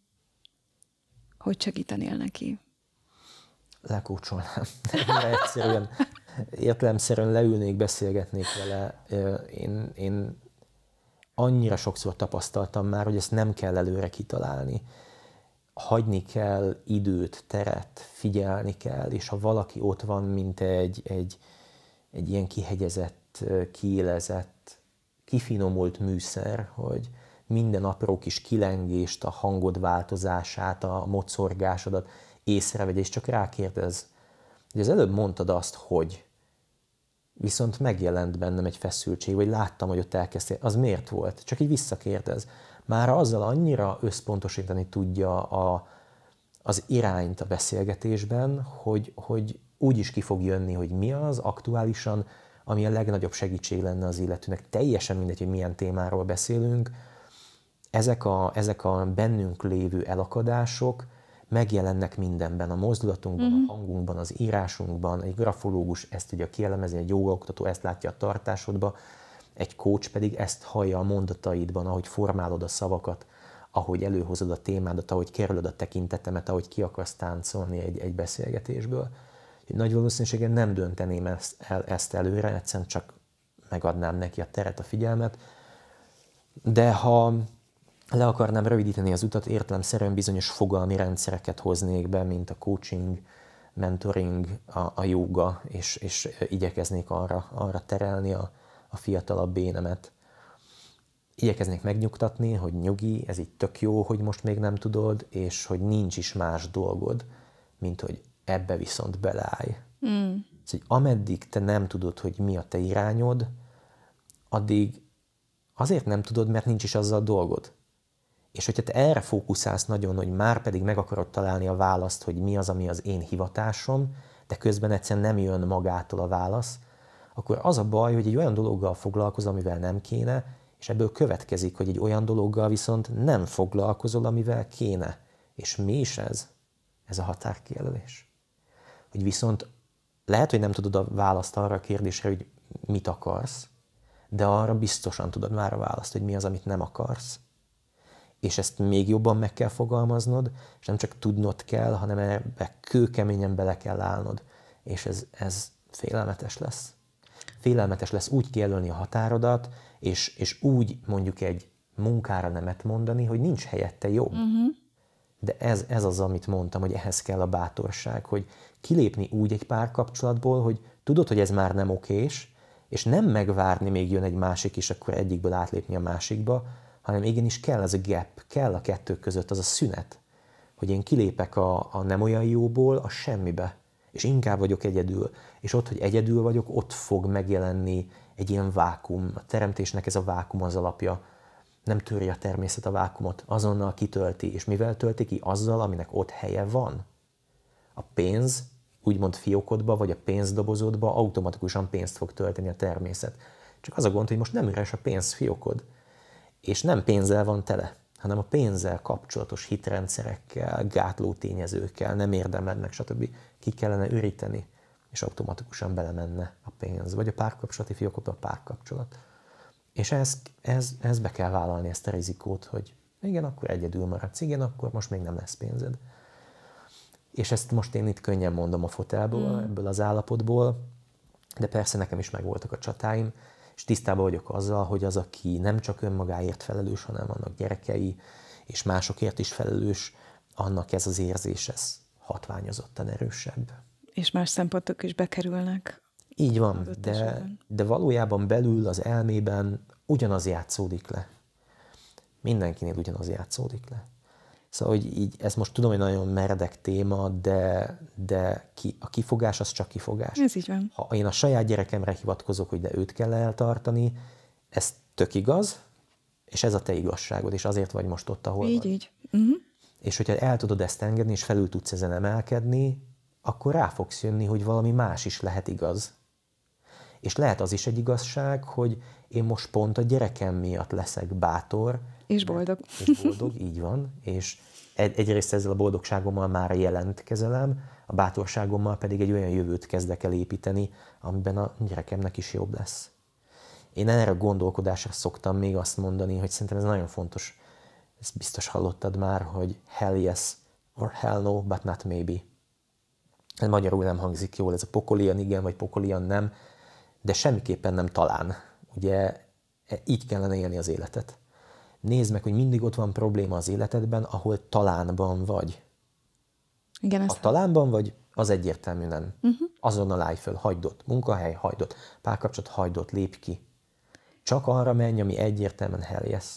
hogy segítenél neki? Lekócsolnám. Egyszerűen, értelemszerűen leülnék, beszélgetnék vele. Én annyira sokszor tapasztaltam már, hogy ezt nem kell előre kitalálni. Hagyni kell időt, teret, figyelni kell, és ha valaki ott van, mint egy ilyen kihegyezett, kiélezett, kifinomult műszer, hogy minden apró kis kilengést, a hangod változását, a mocorgásodat észrevegy, és csak rákérdez. Ugye az előbb mondtad azt, hogy viszont megjelent bennem egy feszültség, vagy láttam, hogy ott elkezdtél. Az miért volt? Csak így visszakérdez. Már azzal annyira összpontosítani tudja az irányt a beszélgetésben, hogy úgy is ki fog jönni, hogy mi az aktuálisan, ami a legnagyobb segítség lenne az illetőnek. Teljesen mindegy, hogy milyen témáról beszélünk. Ezek a bennünk lévő elakadások megjelennek mindenben, a mozdulatunkban, a hangunkban, az írásunkban. Egy grafológus ezt tudja kielemezni, egy jógaoktató ezt látja a tartásodban, egy coach pedig ezt hallja a mondataidban, ahogy formálod a szavakat, ahogy előhozod a témádat, ahogy kerülöd a tekintetemet, ahogy ki akarsz táncolni egy beszélgetésből. Nagy valószínűséggel nem dönteném ezt előre, egyszerűen csak megadnám neki a teret, a figyelmet. De ha le akarnám rövidíteni az utat, értelemszerűen bizonyos fogalmi rendszereket hoznék be, mint a coaching, mentoring, a jóga, és igyekeznék arra terelni a fiatalabb énemet. Igyekeznék megnyugtatni, hogy nyugi, ez így tök jó, hogy most még nem tudod, és hogy nincs is más dolgod, mint hogy ebbe viszont beleállj. Szóval, hogy ameddig te nem tudod, hogy mi a te irányod, addig azért nem tudod, mert nincs is azzal dolgod. És hogyha te erre fókuszálsz nagyon, hogy már pedig meg akarod találni a választ, hogy mi az, ami az én hivatásom, de közben egyszerűen nem jön magától a válasz, akkor az a baj, hogy egy olyan dologgal foglalkozol, amivel nem kéne, és ebből következik, hogy egy olyan dologgal viszont nem foglalkozol, amivel kéne. És mi is ez? Ez a határkijelölés. Hogy viszont lehet, hogy nem tudod a választ arra a kérdésre, hogy mit akarsz, de arra biztosan tudod már a választ, hogy mi az, amit nem akarsz. És ezt még jobban meg kell fogalmaznod, és nem csak tudnod kell, hanem ebbe kőkeményen bele kell állnod. És ez félelmetes lesz. Félelmetes lesz úgy kijelölni a határodat, és úgy mondjuk egy munkára nemet mondani, hogy nincs helyette jobb. De ez az, amit mondtam, hogy ehhez kell a bátorság, hogy kilépni úgy egy párkapcsolatból, hogy tudod, hogy ez már nem okés, és nem megvárni, még jön egy másik, és akkor egyikből átlépni a másikba, hanem igenis kell az a gap, kell a kettő között az a szünet, hogy én kilépek a nem olyan jóból a semmibe, és inkább vagyok egyedül. És ott, hogy egyedül vagyok, ott fog megjelenni egy ilyen vákum. A teremtésnek ez a vákum az alapja. Nem törje a természet a vákumot, azonnal kitölti. És mivel tölti ki? Azzal, aminek ott helye van. A pénz, úgymond fiókodba, vagy a pénzdobozodba automatikusan pénzt fog tölteni a természet. Csak az a gond, hogy most nem üres a pénzfiókod. És nem pénzzel van tele, hanem a pénzzel kapcsolatos hitrendszerekkel, gátló tényezőkkel, nem érdemled meg, stb. Ki kellene üríteni. és automatikusan belemenne a pénz. Vagy a párkapcsolati fiókba a párkapcsolat. És ezt be kell vállalni, ezt a rizikót, hogy igen, akkor egyedül maradsz, igen, akkor most még nem lesz pénzed. És ezt most én itt könnyen mondom a fotelból, ebből az állapotból, de persze nekem is megvoltak a csatáim, és tisztában vagyok azzal, hogy az, aki nem csak önmagáért felelős, hanem annak gyerekei, és másokért is felelős, annak ez az érzés, ez hatványozottan erősebb. És más szempontok is bekerülnek. Így van, de valójában belül az elmében ugyanaz játszódik le. Mindenkinél ugyanaz játszódik le. Szóval, hogy így, ez most tudom, hogy nagyon meredek téma, de a kifogás az csak kifogás. Ez így van. Ha én a saját gyerekemre hivatkozok, hogy de őt kell eltartani, ez tök igaz, és ez a te igazságod, és azért vagy most ott, ahol vagy. Így. Uh-huh. És hogyha el tudod ezt engedni, és felül tudsz ezen emelkedni, akkor rá fogsz jönni, hogy valami más is lehet igaz. És lehet az is egy igazság, hogy én most pont a gyerekem miatt leszek bátor. És boldog. És boldog, így van. És egyrészt ezzel a boldogságommal már jelent kezelem, a bátorságommal pedig egy olyan jövőt kezdek el építeni, amiben a gyerekemnek is jobb lesz. Én erre a gondolkodásra szoktam még azt mondani, hogy szerintem ez nagyon fontos. Ezt biztos hallottad már, hogy hell yes or hell no, but not maybe. Ez magyarul nem hangzik jól, ez a pokolian igen, vagy pokolian nem, de semmiképpen nem talán. Ugye így kellene élni az életet. Nézd meg, hogy mindig ott van probléma az életedben, ahol talánban vagy. Igen, a talánban vagy, az egyértelmű nem. Azonnal állj föl, hagyd ott. Munkahely, hagyd ott. Párkapcsolat, hagyd ott, lépj ki. Csak arra menj, ami egyértelműen hell yes.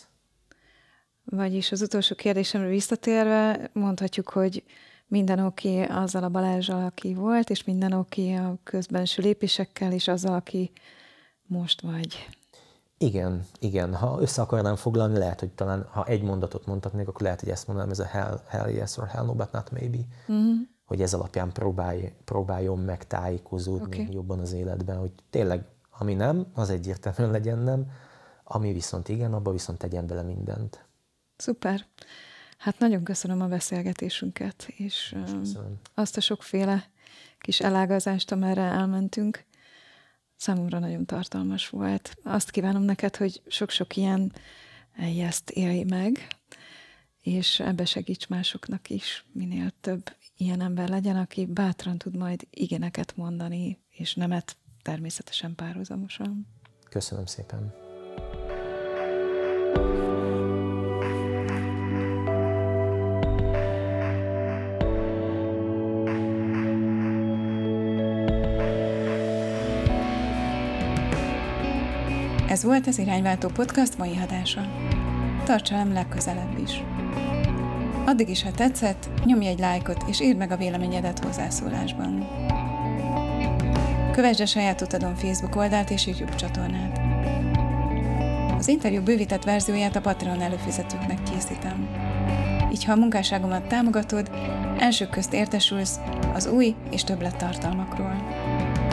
Vagyis az utolsó kérdésemre visszatérve mondhatjuk, hogy minden oké azzal a Balázsral, aki volt, és minden oké a közbenső lépésekkel, és azzal, aki most vagy. Igen. Ha össze akarnám foglalni, lehet, hogy talán, ha egy mondatot mondhatnék, akkor lehet, hogy ezt mondanám, ez a hell yes or hell no, but not maybe. Hogy ez alapján próbáljon meg tájékozódni jobban az életben, hogy tényleg, ami nem, az egyértelműen legyen nem, ami viszont igen, abba viszont tegyen bele mindent. Szuper. Hát nagyon köszönöm a beszélgetésünket, és azt a sokféle kis elágazást, amerre elmentünk. Számomra nagyon tartalmas volt. Azt kívánom neked, hogy sok-sok ilyen eljeszt élj meg, és ebbe segíts másoknak is, minél több ilyen ember legyen, aki bátran tud majd igeneket mondani, és nemet természetesen párhuzamosan. Köszönöm szépen. Ez volt az Irányváltó Podcast mai adása. Tartsa velem legközelebb is. Addig is, ha tetszett, nyomj egy lájkot és írd meg a véleményedet hozzászólásban. Kövesd a Saját Utadon Facebook oldalt és YouTube csatornát. Az interjú bővített verzióját a Patreon előfizetőknek készítem. Így, ha a munkásságomat támogatod, elsők közt értesülsz az új és többlet tartalmakról.